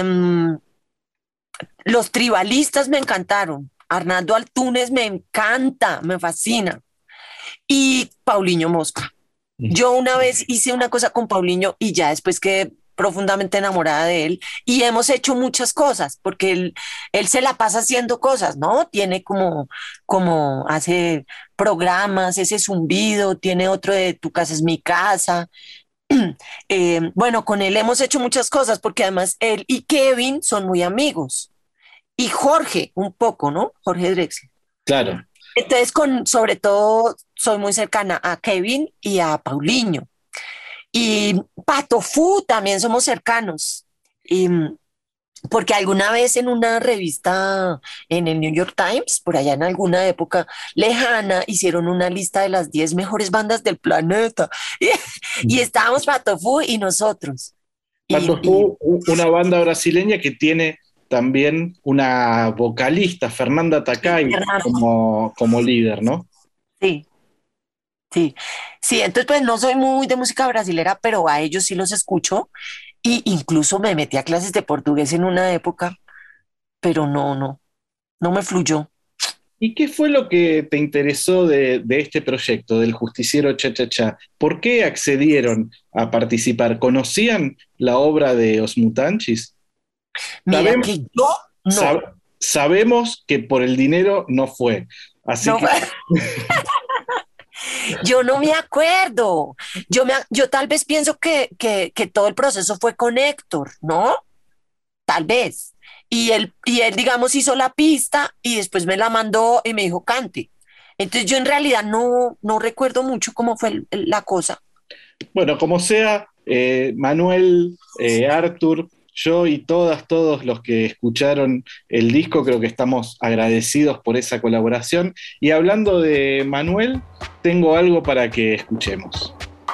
los tribalistas me encantaron. Arnaldo Antúnez me encanta, me fascina. Y Paulinho Mosca. Yo una vez hice una cosa con Paulinho y ya después quedé profundamente enamorada de él y hemos hecho muchas cosas porque él, él se la pasa haciendo cosas, ¿no? Tiene como, como hace programas, ese zumbido, tiene otro de Tu casa es mi casa. Eh, bueno, con él hemos hecho muchas cosas porque además él y Kevin son muy amigos y Jorge un poco, ¿no? Jorge Drexler. Claro. Entonces, con, sobre todo, soy muy cercana a Kevin y a Paulinho. Y Pato Fu también somos cercanos. Y, porque alguna vez en una revista en el New York Times, por allá en alguna época lejana, hicieron una lista de las diez mejores bandas del planeta. Y, y estábamos Pato Fu y nosotros. Pato Fu, una banda brasileña que tiene también una vocalista, Fernanda Takai, como, como líder, ¿no? Sí, sí, sí, entonces pues no soy muy de música brasilera, pero a ellos sí los escucho, y incluso me metí a clases de portugués en una época, pero no, no, no me fluyó. ¿Y qué fue lo que te interesó de, de este proyecto, del Justiciero Cha Cha Cha? ¿Por qué accedieron a participar? ¿Conocían la obra de Os Mutanchis? Mira sabemos, que yo no. Sab, sabemos que por el dinero no fue. Así no que... Yo no me acuerdo. Yo, me, yo tal vez pienso que, que, que todo el proceso fue con Héctor, ¿no? Tal vez. Y él, y él, digamos, hizo la pista y después me la mandó y me dijo, cante. Entonces yo en realidad no, no recuerdo mucho cómo fue el, la cosa. Bueno, como sea, eh, Manuel, eh, Artur, yo y todas, todos los que escucharon el disco, creo que estamos agradecidos por esa colaboración. Y hablando de Manuel, tengo algo para que escuchemos.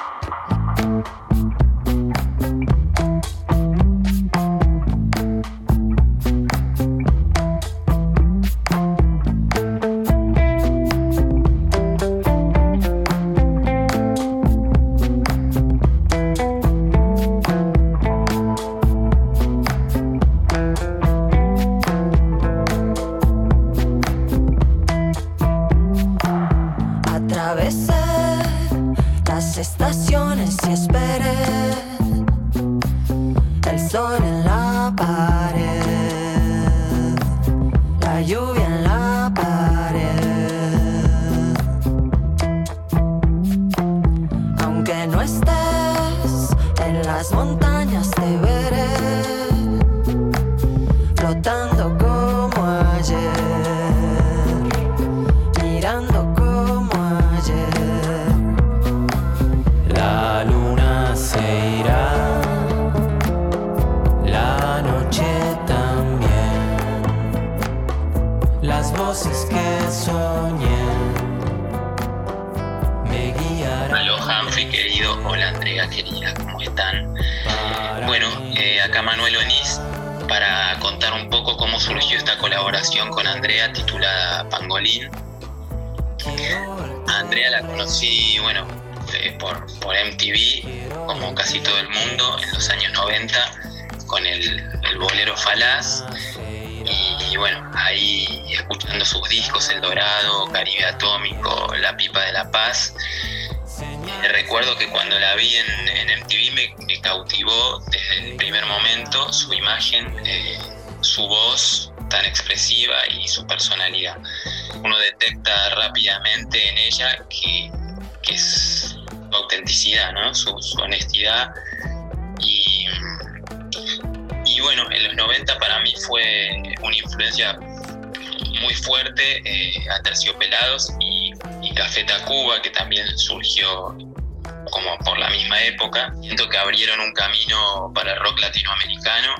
Estaciones y esperé el sol en la pared, la lluvia en la pared. Aunque no estés en las montañas te veré flotando como ayer, mirando como ayer. La luna se irá, la noche también, las voces que soñé me guiarán. Aló, Hanfi querido, hola Andrea querida, ¿cómo están? Bueno, eh, acá Manuel Onís, para contar un poco cómo surgió esta colaboración con Andrea titulada Pangolín. A Andrea la conocí, bueno, eh, por, por M T V, como casi todo el mundo, en los años noventa, con el, el bolero Falaz. Y, y bueno, ahí escuchando sus discos, El Dorado, Caribe Atómico, La Pipa de la Paz. Eh, recuerdo que cuando la vi en, en M T V me, me cautivó desde el primer momento su imagen, eh, su voz tan expresiva y su personalidad. Uno detecta rápidamente en ella que, que es su autenticidad, ¿no? su, su honestidad. Y, y bueno, en los noventa para mí fue una influencia muy fuerte, eh, Aterciopelados y, y Café Tacuba, que también surgió como por la misma época. Siento que abrieron un camino para el rock latinoamericano.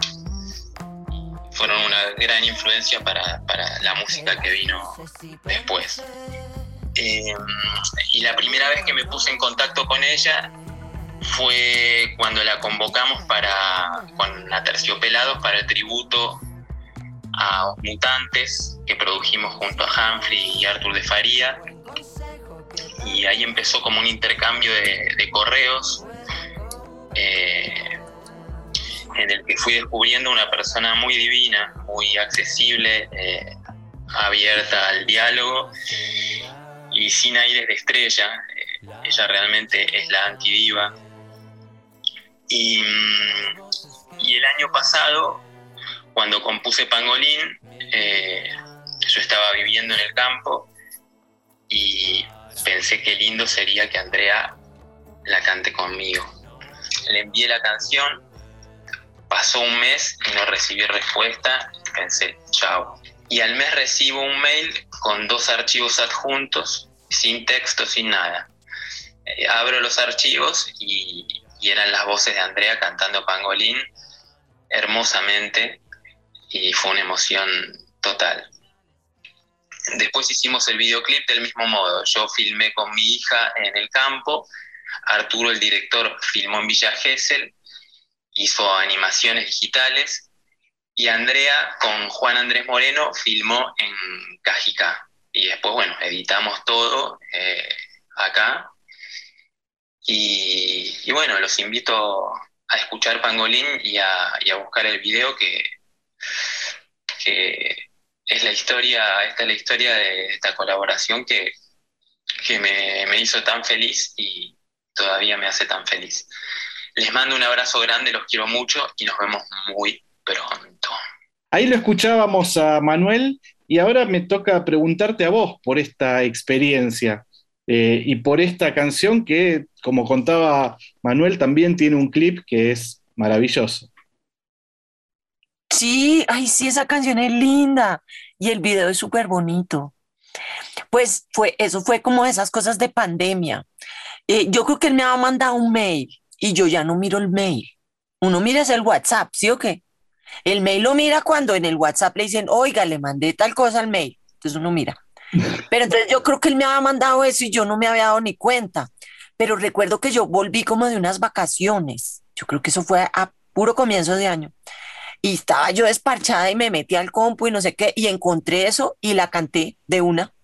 Fueron una gran influencia para, para la música que vino después. Eh, y la primera vez que me puse en contacto con ella fue cuando la convocamos para, con Aterciopelados para el tributo a Os Mutantes que produjimos junto a Humphrey y Artur de Faría. Y ahí empezó como un intercambio de, de correos, eh, en el que fui descubriendo una persona muy divina, muy accesible, eh, abierta al diálogo y sin aires de estrella. Eh, ella realmente es la antidiva. Y, y el año pasado, cuando compuse Pangolín, eh, yo estaba viviendo en el campo y pensé qué lindo sería que Andrea la cante conmigo. Le envié la canción, pasó un mes y no recibí respuesta, pensé, chao. Y al mes recibo un mail con dos archivos adjuntos, sin texto, sin nada. Eh, abro los archivos y, y eran las voces de Andrea cantando Pangolín hermosamente, y fue una emoción total. Después hicimos el videoclip del mismo modo. Yo filmé con mi hija en el campo, Arturo, el director, filmó en Villa Gesell, hizo animaciones digitales, y Andrea con Juan Andrés Moreno filmó en Cajicá. Y después, bueno, editamos todo eh, acá. Y, y bueno, los invito a escuchar Pangolín y a, y a buscar el video que... que es la historia, esta es la historia de esta colaboración que, que me, me hizo tan feliz y todavía me hace tan feliz. Les mando un abrazo grande, los quiero mucho y nos vemos muy pronto. Ahí lo escuchábamos a Manuel y ahora me toca preguntarte a vos por esta experiencia eh, y por esta canción que, como contaba Manuel, también tiene un clip que es maravilloso. Sí, ay, sí, esa canción es linda y el video es súper bonito. Pues fue, eso fue como esas cosas de pandemia. Eh, yo creo que él me había mandado un mail y yo ya no miro el mail. Uno mira es el WhatsApp, ¿sí o qué? El mail lo mira cuando en el WhatsApp le dicen, oiga, le mandé tal cosa al mail. Entonces uno mira. Pero entonces yo creo que él me había mandado eso y yo no me había dado ni cuenta. Pero recuerdo que yo volví como de unas vacaciones. Yo creo que eso fue a puro comienzo de año. Y estaba yo desparchada y me metí al compu y no sé qué, y encontré eso y la canté de una.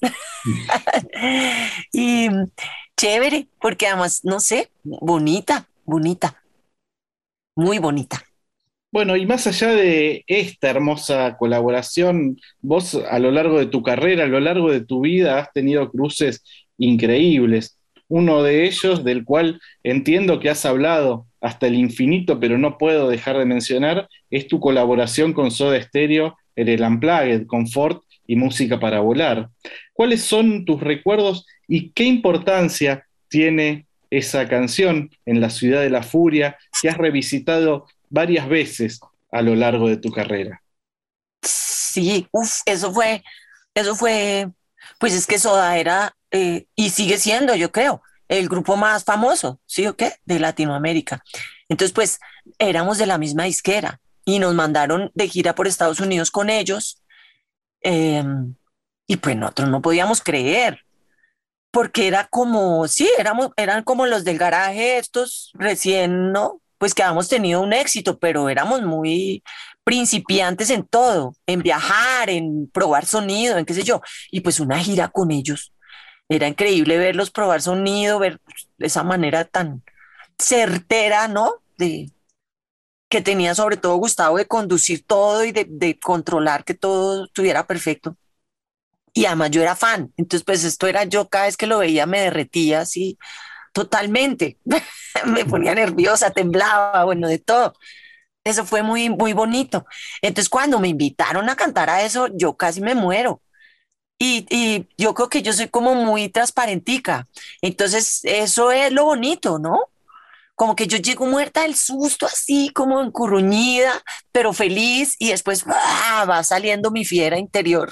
Y chévere, porque además, no sé, bonita, bonita, muy bonita. Bueno, y más allá de esta hermosa colaboración, vos a lo largo de tu carrera, a lo largo de tu vida, has tenido cruces increíbles. Uno de ellos, del cual entiendo que has hablado hasta el infinito, pero no puedo dejar de mencionar, es tu colaboración con Soda Stereo en el Unplugged, Confort y Música para Volar. ¿Cuáles son tus recuerdos y qué importancia tiene esa canción en La Ciudad de la Furia que has revisitado varias veces a lo largo de tu carrera? Sí, uff, eso fue, eso fue, pues es que Soda era, eh, y sigue siendo, yo creo, el grupo más famoso, ¿sí o qué? De Latinoamérica. Entonces, pues, éramos de la misma disquera y nos mandaron de gira por Estados Unidos con ellos, eh, y pues nosotros no podíamos creer, porque era como, sí, éramos, eran como los del garaje estos recién, ¿no? Pues que habíamos tenido un éxito, pero éramos muy principiantes en todo, en viajar, en probar sonido, en qué sé yo, y pues una gira con ellos. Era increíble verlos probar sonido, ver esa manera tan certera, ¿no? De, que tenía sobre todo Gustavo de conducir todo y de, de controlar que todo estuviera perfecto. Y además yo era fan, entonces pues esto era yo cada vez que lo veía me derretía así totalmente, me ponía nerviosa, temblaba, bueno, de todo. Eso fue muy, muy bonito. Entonces cuando me invitaron a cantar a eso, yo casi me muero. Y, y yo creo que yo soy como muy transparentica. Entonces eso es lo bonito, ¿no? Como que yo llego muerta del susto, así como encurruñida, pero feliz, y después ¡ah! Va saliendo mi fiera interior.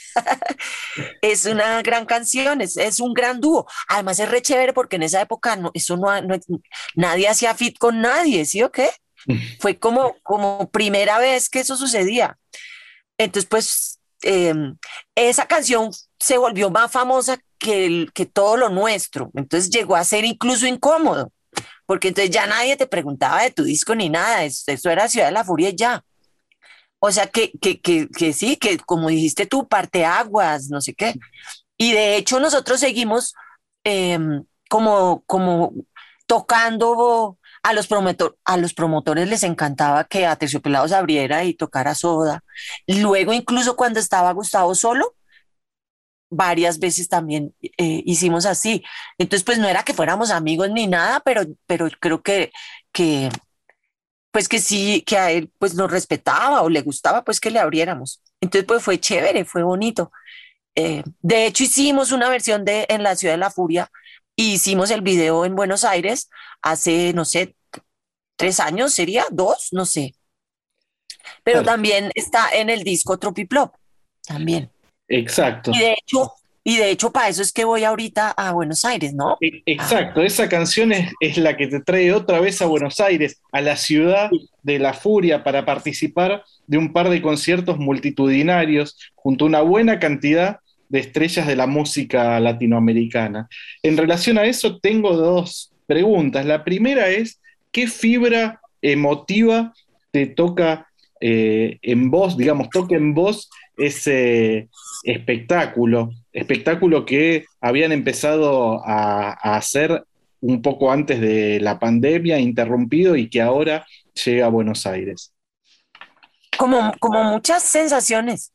Es una gran canción, es, es un gran dúo. Además es re chévere porque en esa época no, eso no, no nadie hacía fit con nadie, ¿sí o qué? Fue como, como primera vez que eso sucedía. Entonces, pues, eh, esa canción se volvió más famosa que, el, que todo lo nuestro. Entonces llegó a ser incluso incómodo, porque entonces ya nadie te preguntaba de tu disco ni nada, eso, eso era Ciudad de la Furia y ya. O sea, que, que, que, que sí, que como dijiste tú, parteaguas, no sé qué. Y de hecho nosotros seguimos eh, como, como tocando a los, promotor, a los promotores les encantaba que Aterciopelados abriera y tocara Soda. Luego incluso cuando estaba Gustavo solo, varias veces también eh, hicimos así. Entonces pues no era que fuéramos amigos ni nada, pero, pero creo que, que pues que sí, que a él pues nos respetaba o le gustaba pues que le abriéramos. Entonces pues fue chévere, fue bonito. Eh, de hecho hicimos una versión de En la Ciudad de la Furia y hicimos el video en Buenos Aires hace, no sé, tres años, sería dos, no sé. Pero Claro. también está en el disco Tropiplop, también. Exacto. Y de hecho, y de hecho para eso es que voy ahorita a Buenos Aires, ¿no? E- Exacto, esa canción es, es la que te trae otra vez a Buenos Aires, a la ciudad de la furia, para participar de un par de conciertos multitudinarios junto a una buena cantidad de estrellas de la música latinoamericana. En relación a eso, tengo dos preguntas. La primera es, ¿qué fibra emotiva te toca eh, en vos, digamos, toca en vos ese espectáculo? Espectáculo que habían empezado a, a hacer un poco antes de la pandemia, interrumpido, y que ahora llega a Buenos Aires. Como, como muchas sensaciones,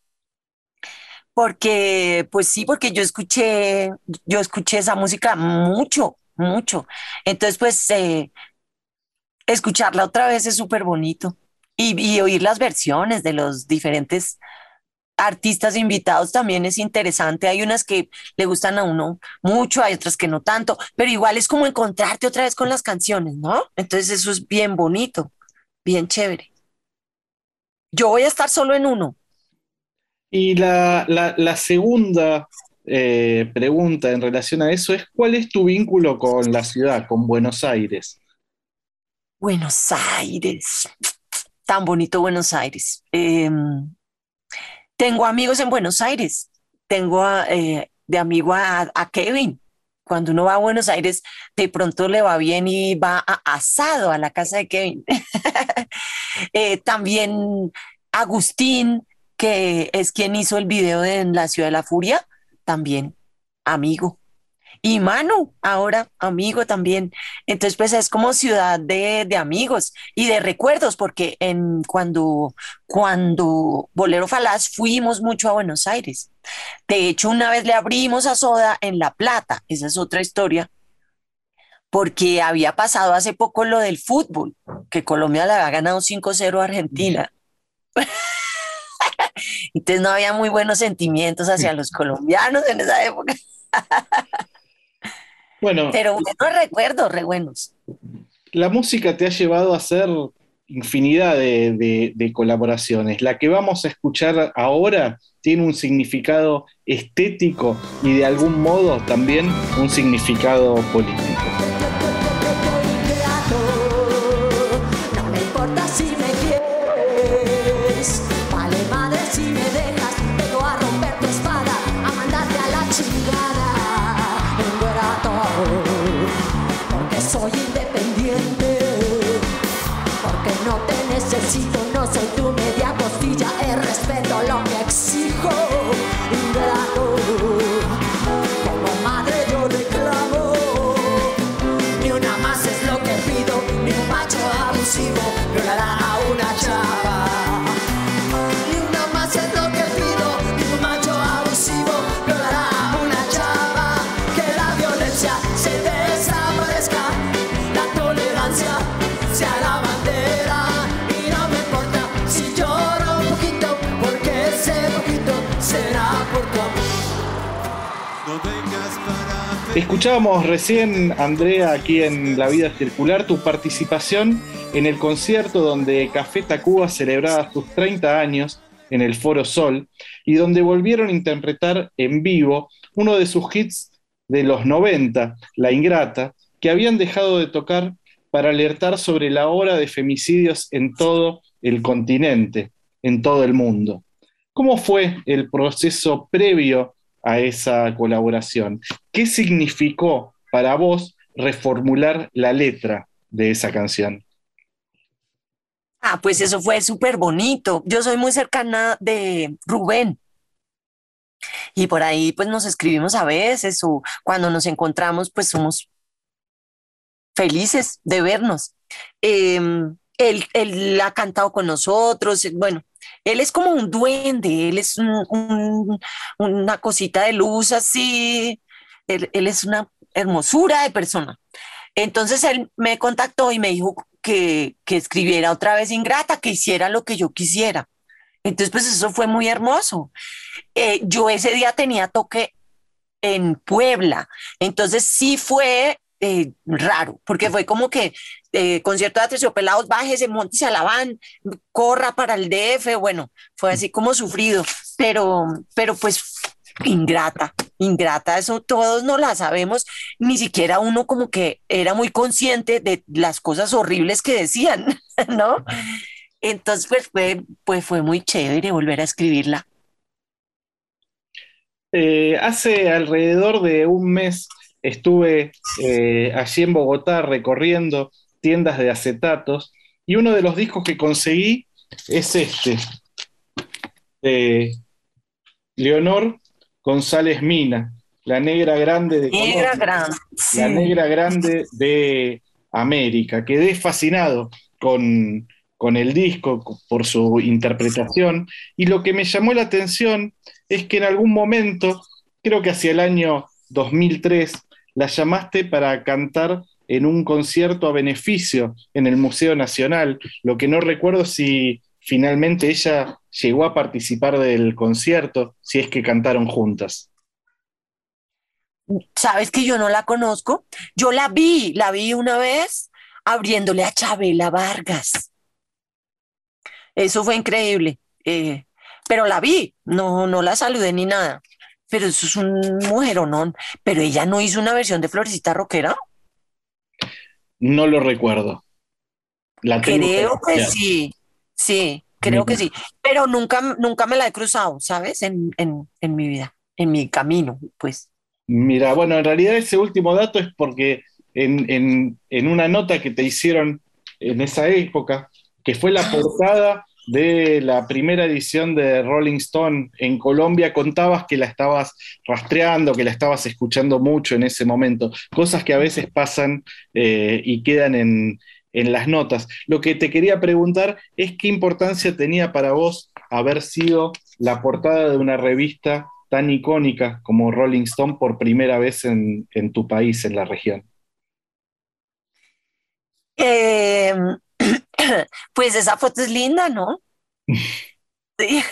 porque, pues sí, porque yo escuché, yo escuché esa música mucho, mucho. Entonces, pues, eh, escucharla otra vez es súper bonito. Y, y oír las versiones de los diferentes artistas invitados también es interesante. Hay unas que le gustan a uno mucho, hay otras que no tanto, pero igual es como encontrarte otra vez con las canciones, ¿no? Entonces eso es bien bonito, bien chévere. Yo voy a estar solo en uno. Y la, la- la segunda eh, pregunta en relación a eso es, ¿cuál es tu vínculo con la ciudad, con Buenos Aires? Buenos Aires, tan bonito Buenos Aires. Eh, tengo amigos en Buenos Aires, tengo a, eh, de amigo a, a Kevin. Cuando uno va a Buenos Aires, de pronto le va bien y va a asado a la casa de Kevin. Eh, también Agustín, que es quien hizo el video de En la Ciudad de la Furia, también amigo. Y Manu, ahora amigo también. Entonces, pues es como ciudad de, de amigos y de recuerdos, porque en, cuando, cuando Bolero Falaz fuimos mucho a Buenos Aires. De hecho, una vez le abrimos a Soda en La Plata, esa es otra historia, porque había pasado hace poco lo del fútbol, que Colombia le había ganado cinco cero a Argentina. Entonces no había muy buenos sentimientos hacia los colombianos en esa época. Bueno, Pero buenos recuerdos, re buenos. la música te ha llevado a hacer infinidad de, de- de colaboraciones. La que vamos a escuchar ahora tiene un significado estético y de algún modo también un significado político. No me importa si me quieres, vale madre si me dejas, vengo a romper tu espada, a mandarte a la chingada, ingrato, porque soy independiente, porque no te necesito, no soy tu media Escuchábamos recién, Andrea, aquí en La Vida Circular, tu participación en el concierto donde Café Tacuba celebraba sus treinta años en el Foro Sol y donde volvieron a interpretar en vivo uno de sus hits de los noventa, La Ingrata, que habían dejado de tocar para alertar sobre la ola de femicidios en todo el continente, en todo el mundo. ¿Cómo fue el proceso previo a esa colaboración? ¿Qué significó para vos reformular la letra de esa canción? Ah, pues eso fue súper bonito. Yo soy muy cercana de Rubén y por ahí pues nos escribimos a veces o cuando nos encontramos pues somos felices de vernos. Eh, él, él ha cantado con nosotros, bueno, él es como un duende, él es un, un, una cosita de luz así, él, él es una hermosura de persona. Entonces él me contactó y me dijo que, que escribiera otra vez Ingrata, que hiciera lo que yo quisiera. Entonces pues eso fue muy hermoso. Eh, yo ese día tenía toque en Puebla, entonces sí fue eh, raro, porque fue como que eh, concierto de Aterciopelados, bájese, móntese a la van, corra para el D F, bueno, fue así como sufrido, pero, pero pues Ingrata, Ingrata, eso todos no la sabemos, ni siquiera uno como que era muy consciente de las cosas horribles que decían, ¿no? Entonces pues fue, pues fue muy chévere volver a escribirla. Eh, hace alrededor de un mes estuve eh, allí en Bogotá recorriendo tiendas de acetatos y uno de los discos que conseguí es este, de Leonor González Mina, La Negra Grande de Negra Colombia, Grande, sí. La Negra Grande de América. Quedé fascinado con, con el disco, por su interpretación, y lo que me llamó la atención es que en algún momento, creo que hacia el año dos mil tres, la llamaste para cantar en un concierto a beneficio en el Museo Nacional, lo que no recuerdo si finalmente ella llegó a participar del concierto, si es que cantaron juntas. ¿Sabes que yo no la conozco? Yo la vi, la vi una vez abriéndole a Chabela Vargas. Eso fue increíble. Eh, pero la vi, no, no la saludé ni nada. Pero eso es un mujeronón. Pero ella no hizo una versión de Florecita Rockera. No lo recuerdo. La tengo Creo que que sí, sí, creo que sí. Pero nunca, nunca me la he cruzado, ¿sabes? En, en, en mi vida, en mi camino, pues. Mira, bueno, en realidad ese último dato es porque en, en, en una nota que te hicieron en esa época, que fue la portada de la primera edición de Rolling Stone en Colombia, contabas que la estabas rastreando, que la estabas escuchando mucho en ese momento, cosas que a veces pasan eh, y quedan en, en las notas. Lo que te quería preguntar es qué importancia tenía para vos haber sido la portada de una revista tan icónica como Rolling Stone por primera vez en, en tu país, en la región. Eh, pues esa foto es linda, ¿no? Sí.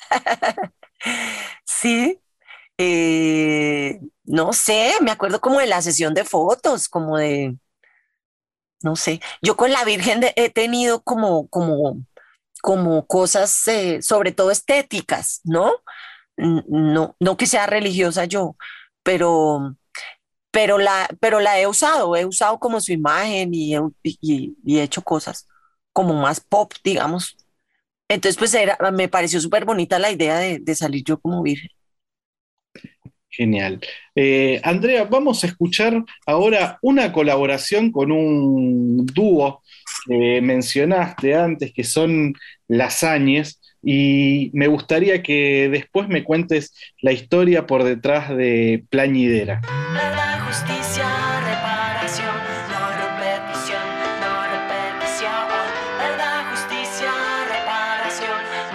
Sí. Eh, no sé, me acuerdo como de la sesión de fotos, como de, no sé, yo con la Virgen de- he tenido como, como, como cosas, eh, sobre todo estéticas, ¿no? N- No, no que sea religiosa yo, pero, pero la, pero la he usado, he usado como su imagen y he, y, y he hecho cosas como más pop, digamos. Entonces, pues era, me pareció súper bonita la idea de, de salir yo como virgen. Genial. Eh, Andrea, vamos a escuchar ahora una colaboración con un dúo que mencionaste antes, que son Las Áñez, y me gustaría que después me cuentes la historia por detrás de Plañidera. Verdad, justicia, reparación, no repetición, no repetición. Verdad, justicia, reparación,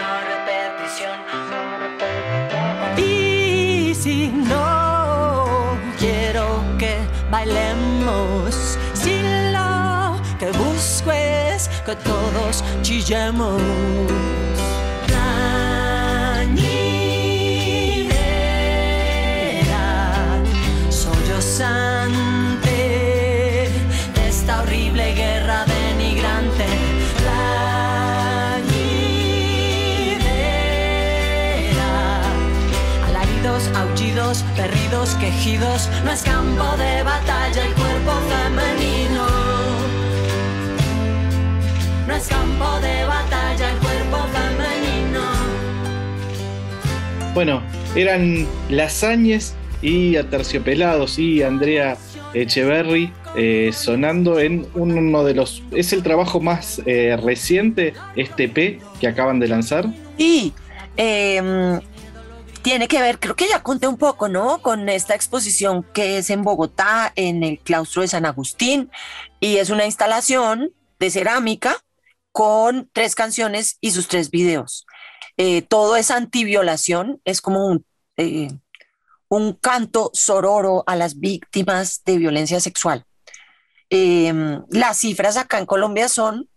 no repetición. Y si no quiero que bailemos, si lo que busco es que todos chillemos. causante de esta horrible guerra denigrante. Plañidera, alaridos, aullidos, berridos, quejidos, no es campo de batalla el cuerpo femenino. No es campo de batalla el cuerpo femenino. Bueno, eran Las Áñez y Aterciopelados y Andrea Echeverri eh, sonando en uno de los... ¿Es el trabajo más eh, reciente, este E P que acaban de lanzar? Sí, eh, tiene que ver, creo que ya conté un poco, ¿no? Con esta exposición que es en Bogotá, en el claustro de San Agustín, y es una instalación de cerámica con tres canciones y sus tres videos. Eh, todo es antiviolación, es como un, eh, un canto sororo a las víctimas de violencia sexual. Eh, las cifras acá en Colombia son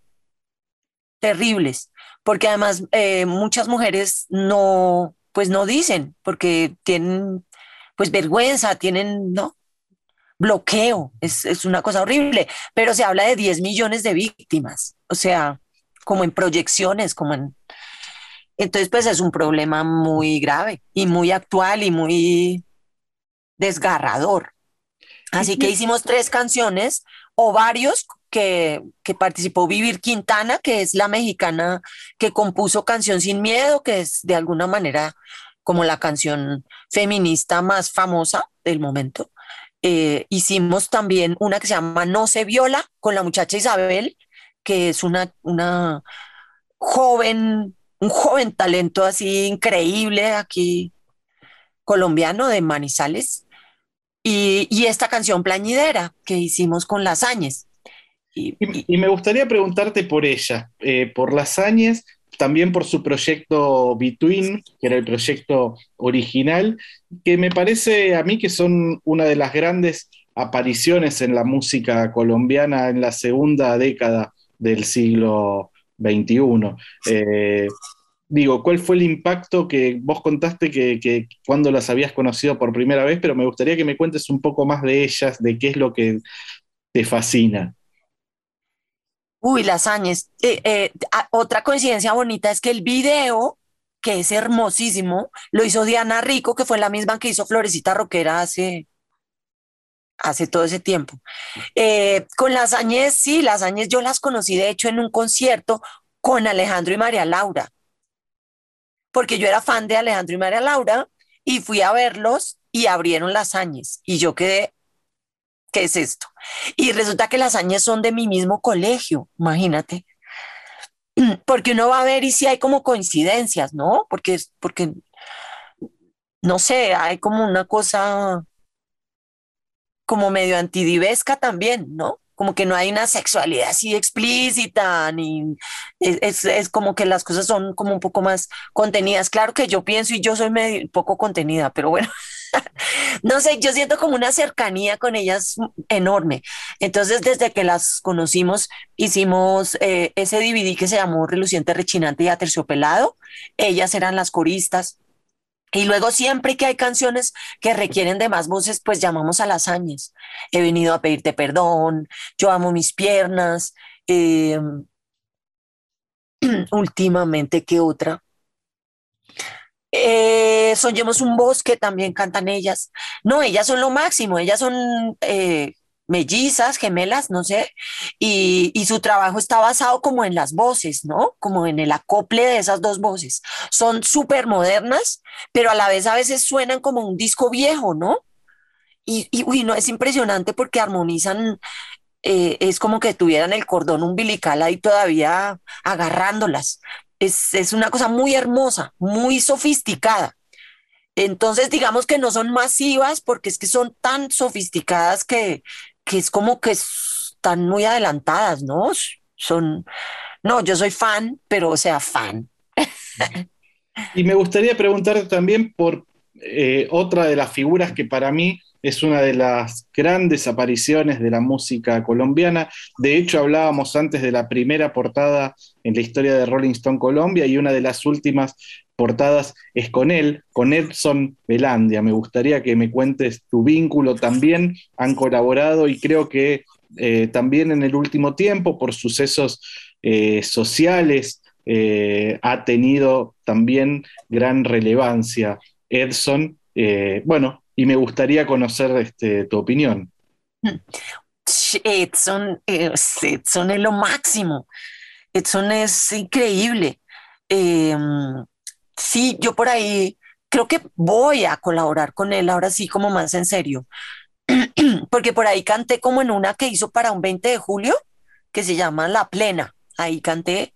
terribles, porque además eh, muchas mujeres no, pues no dicen, porque tienen pues vergüenza, tienen, ¿no? bloqueo, es, es una cosa horrible, pero se habla de diez millones de víctimas, o sea, como en proyecciones, como en... Entonces, pues es un problema muy grave y muy actual y muy desgarrador. Así que hicimos tres canciones o varios que, que participó Vivir Quintana, que es la mexicana que compuso Canción Sin Miedo, que es de alguna manera como la canción feminista más famosa del momento. Eh, hicimos también una que se llama No se viola, con la muchacha Isabel, que es una, una joven, un joven talento así increíble aquí, colombiano de Manizales, y, y esta canción Plañidera que hicimos con Las Áñez. Y, y, y me gustaría preguntarte por ella, eh, por Las Áñez, también por su proyecto Between, que era el proyecto original, que me parece a mí que son una de las grandes apariciones en la música colombiana en la segunda década del siglo veintiuno. Eh, digo, ¿cuál fue el impacto que vos contaste que, que cuando las habías conocido por primera vez? Pero me gustaría que me cuentes un poco más de ellas, de qué es lo que te fascina. Uy, Las Áñez. Eh, eh, a- otra coincidencia bonita es que el video, que es hermosísimo, lo hizo Diana Rico, que fue la misma que hizo Florecita Roquera hace, hace todo ese tiempo. Eh, con Las Áñez, sí, Las Áñez yo las conocí de hecho en un concierto con Alejandro y María Laura, porque yo era fan de Alejandro y María Laura y fui a verlos y abrieron Las Áñez y yo quedé, ¿qué es esto? Y resulta que Las Áñez son de mi mismo colegio, imagínate. Porque uno va a ver y si hay como coincidencias, ¿no? Porque, porque, no sé, hay como una cosa como medio antidivesca también, ¿no? Como que no hay una sexualidad así explícita, ni es, es, es como que las cosas son como un poco más contenidas. Claro que yo pienso y yo soy medio poco contenida, pero bueno, no sé, yo siento como una cercanía con ellas enorme. Entonces, desde que las conocimos, hicimos eh, ese D V D que se llamó Reluciente, Rechinante y Aterciopelado. Ellas eran las coristas. Y luego siempre que hay canciones que requieren de más voces, pues llamamos a Las Áñez. He venido a pedirte perdón, Yo amo mis piernas, eh, últimamente, ¿qué otra? Eh, Soñemos un bosque, también cantan ellas. No, ellas son lo máximo, ellas son eh, mellizas, gemelas, no sé, y, y su trabajo está basado como en las voces, ¿no? Como en el acople de esas dos voces. Son súper modernas, pero a la vez a veces suenan como un disco viejo, ¿no? Y, y uy, no, es impresionante porque armonizan, eh, es como que tuvieran el cordón umbilical ahí todavía agarrándolas. Es, es una cosa muy hermosa, muy sofisticada. Entonces, digamos que no son masivas porque es que son tan sofisticadas que, que es como que están muy adelantadas, ¿no? Son, no, yo soy fan, pero o sea, fan. Y me gustaría preguntarte también por eh, otra de las figuras que para mí es una de las grandes apariciones de la música colombiana. De hecho, hablábamos antes de la primera portada en la historia de Rolling Stone Colombia y una de las últimas portadas es con él, con Edson Belandia. Me gustaría que me cuentes tu vínculo. También han colaborado y creo que eh, también en el último tiempo, por sucesos eh, sociales, eh, ha tenido también gran relevancia Edson. Eh, bueno, y me gustaría conocer este, tu opinión. Edson, eh, Edson es lo máximo. Edson es increíble. Eh, sí, yo por ahí creo que voy a colaborar con él ahora sí, como más en serio. Porque por ahí canté como en una que hizo para un veinte de julio, que se llama La Plena. Ahí canté.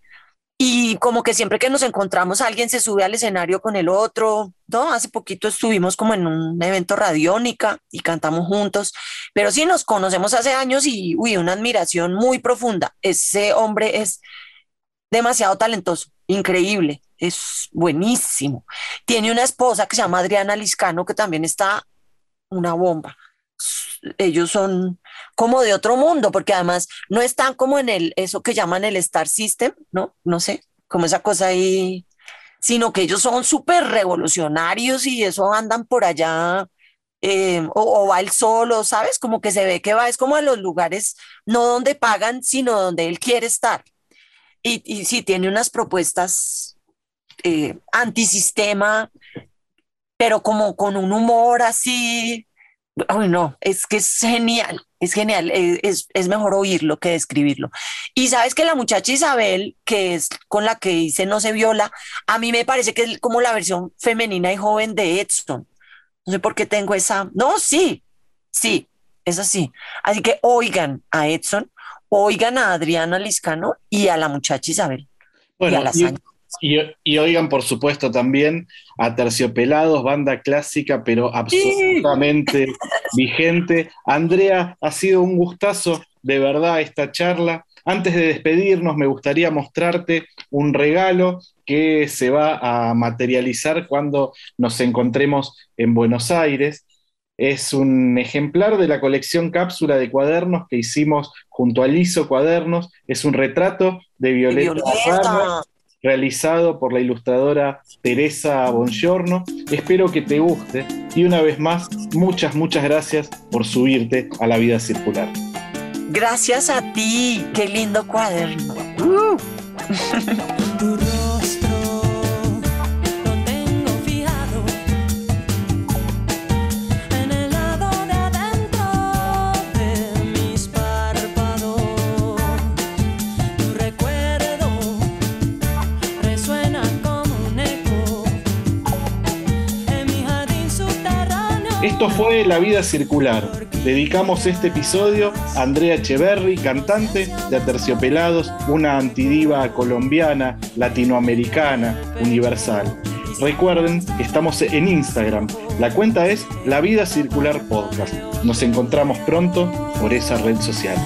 Y como que siempre que nos encontramos, alguien se sube al escenario con el otro, ¿no? Hace poquito estuvimos como en un evento Radiónica y cantamos juntos, pero sí nos conocemos hace años y, uy, una admiración muy profunda. Ese hombre es demasiado talentoso, increíble, es buenísimo. Tiene una esposa que se llama Adriana Liscano, que también está una bomba. Ellos son como de otro mundo, porque además no están como en el, eso que llaman el Star System, ¿no? No sé, como esa cosa ahí, sino que ellos son súper revolucionarios y eso andan por allá, eh, o, o va él solo, ¿sabes? Como que se ve que va, es como a los lugares, no donde pagan, sino donde él quiere estar. Y, y sí, tiene unas propuestas eh, antisistema, pero como con un humor así. Uy, no, es que es genial, es genial, es, es, es mejor oírlo que describirlo. Y sabes que la muchacha Isabel, que es con la que hice No se viola, a mí me parece que es como la versión femenina y joven de Edson. No sé por qué tengo esa. No, sí, sí, es así. Así que oigan a Edson, oigan a Adriana Liscano y a la muchacha Isabel. Bueno, y a la y, y, y oigan, por supuesto, también a Terciopelados, banda clásica, pero absolutamente sí. vigente. Andrea, ha sido un gustazo, de verdad, esta charla. Antes de despedirnos, me gustaría mostrarte un regalo que se va a materializar cuando nos encontremos en Buenos Aires. Es un ejemplar de la colección Cápsula de cuadernos que hicimos junto a Liso Cuadernos. Es un retrato de Violeta, Violeta. realizado por la ilustradora Teresa Bongiorno. Espero que te guste y una vez más, muchas, muchas gracias por subirte a La Vida Circular. Gracias a ti, qué lindo cuaderno. Uh. Tu rostro lo tengo fijado en el lado de adentro de mis párpados. Tu recuerdo resuena como un eco en mi jardín subterráneo. Esto fue La Vida Circular. Dedicamos este episodio a Andrea Echeverri, cantante de Aterciopelados, una antidiva colombiana, latinoamericana, universal. Recuerden que estamos en Instagram. La cuenta es La Vida Circular Podcast. Nos encontramos pronto por esa red social.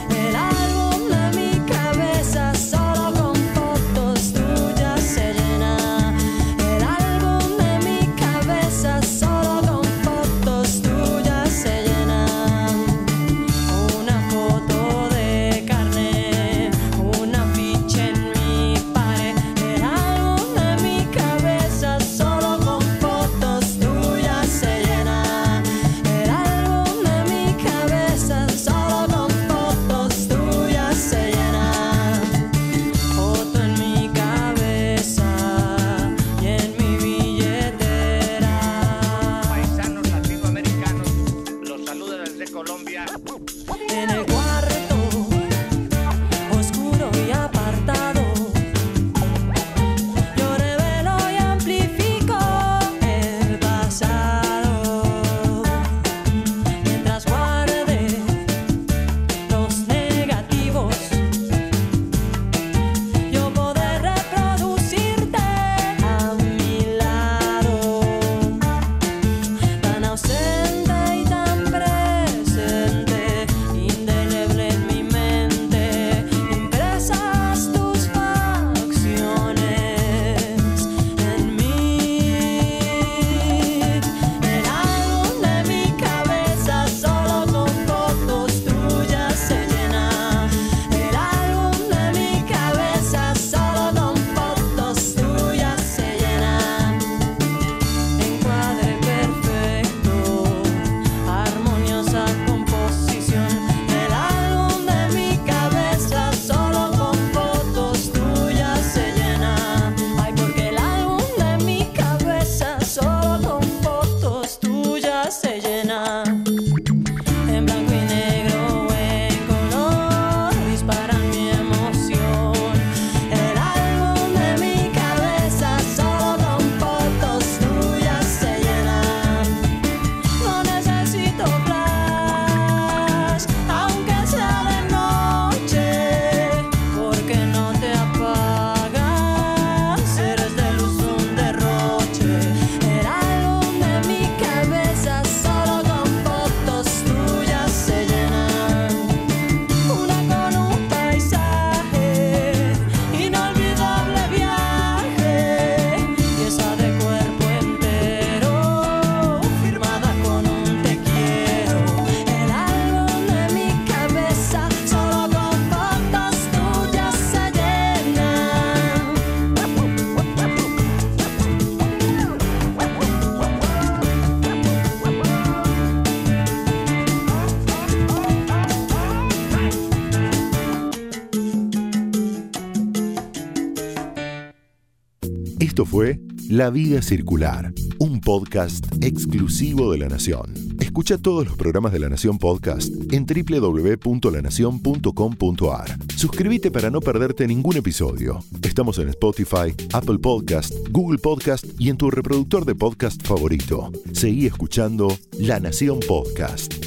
Ausente y tan presente, indeleble. Esto fue La Vida Circular, un podcast exclusivo de La Nación. Escucha todos los programas de La Nación Podcast en doble u doble u doble u punto la nación punto com punto a r. Suscríbete para no perderte ningún episodio. Estamos en Spotify, Apple Podcast, Google Podcast y en tu reproductor de podcast favorito. Seguí escuchando La Nación Podcast.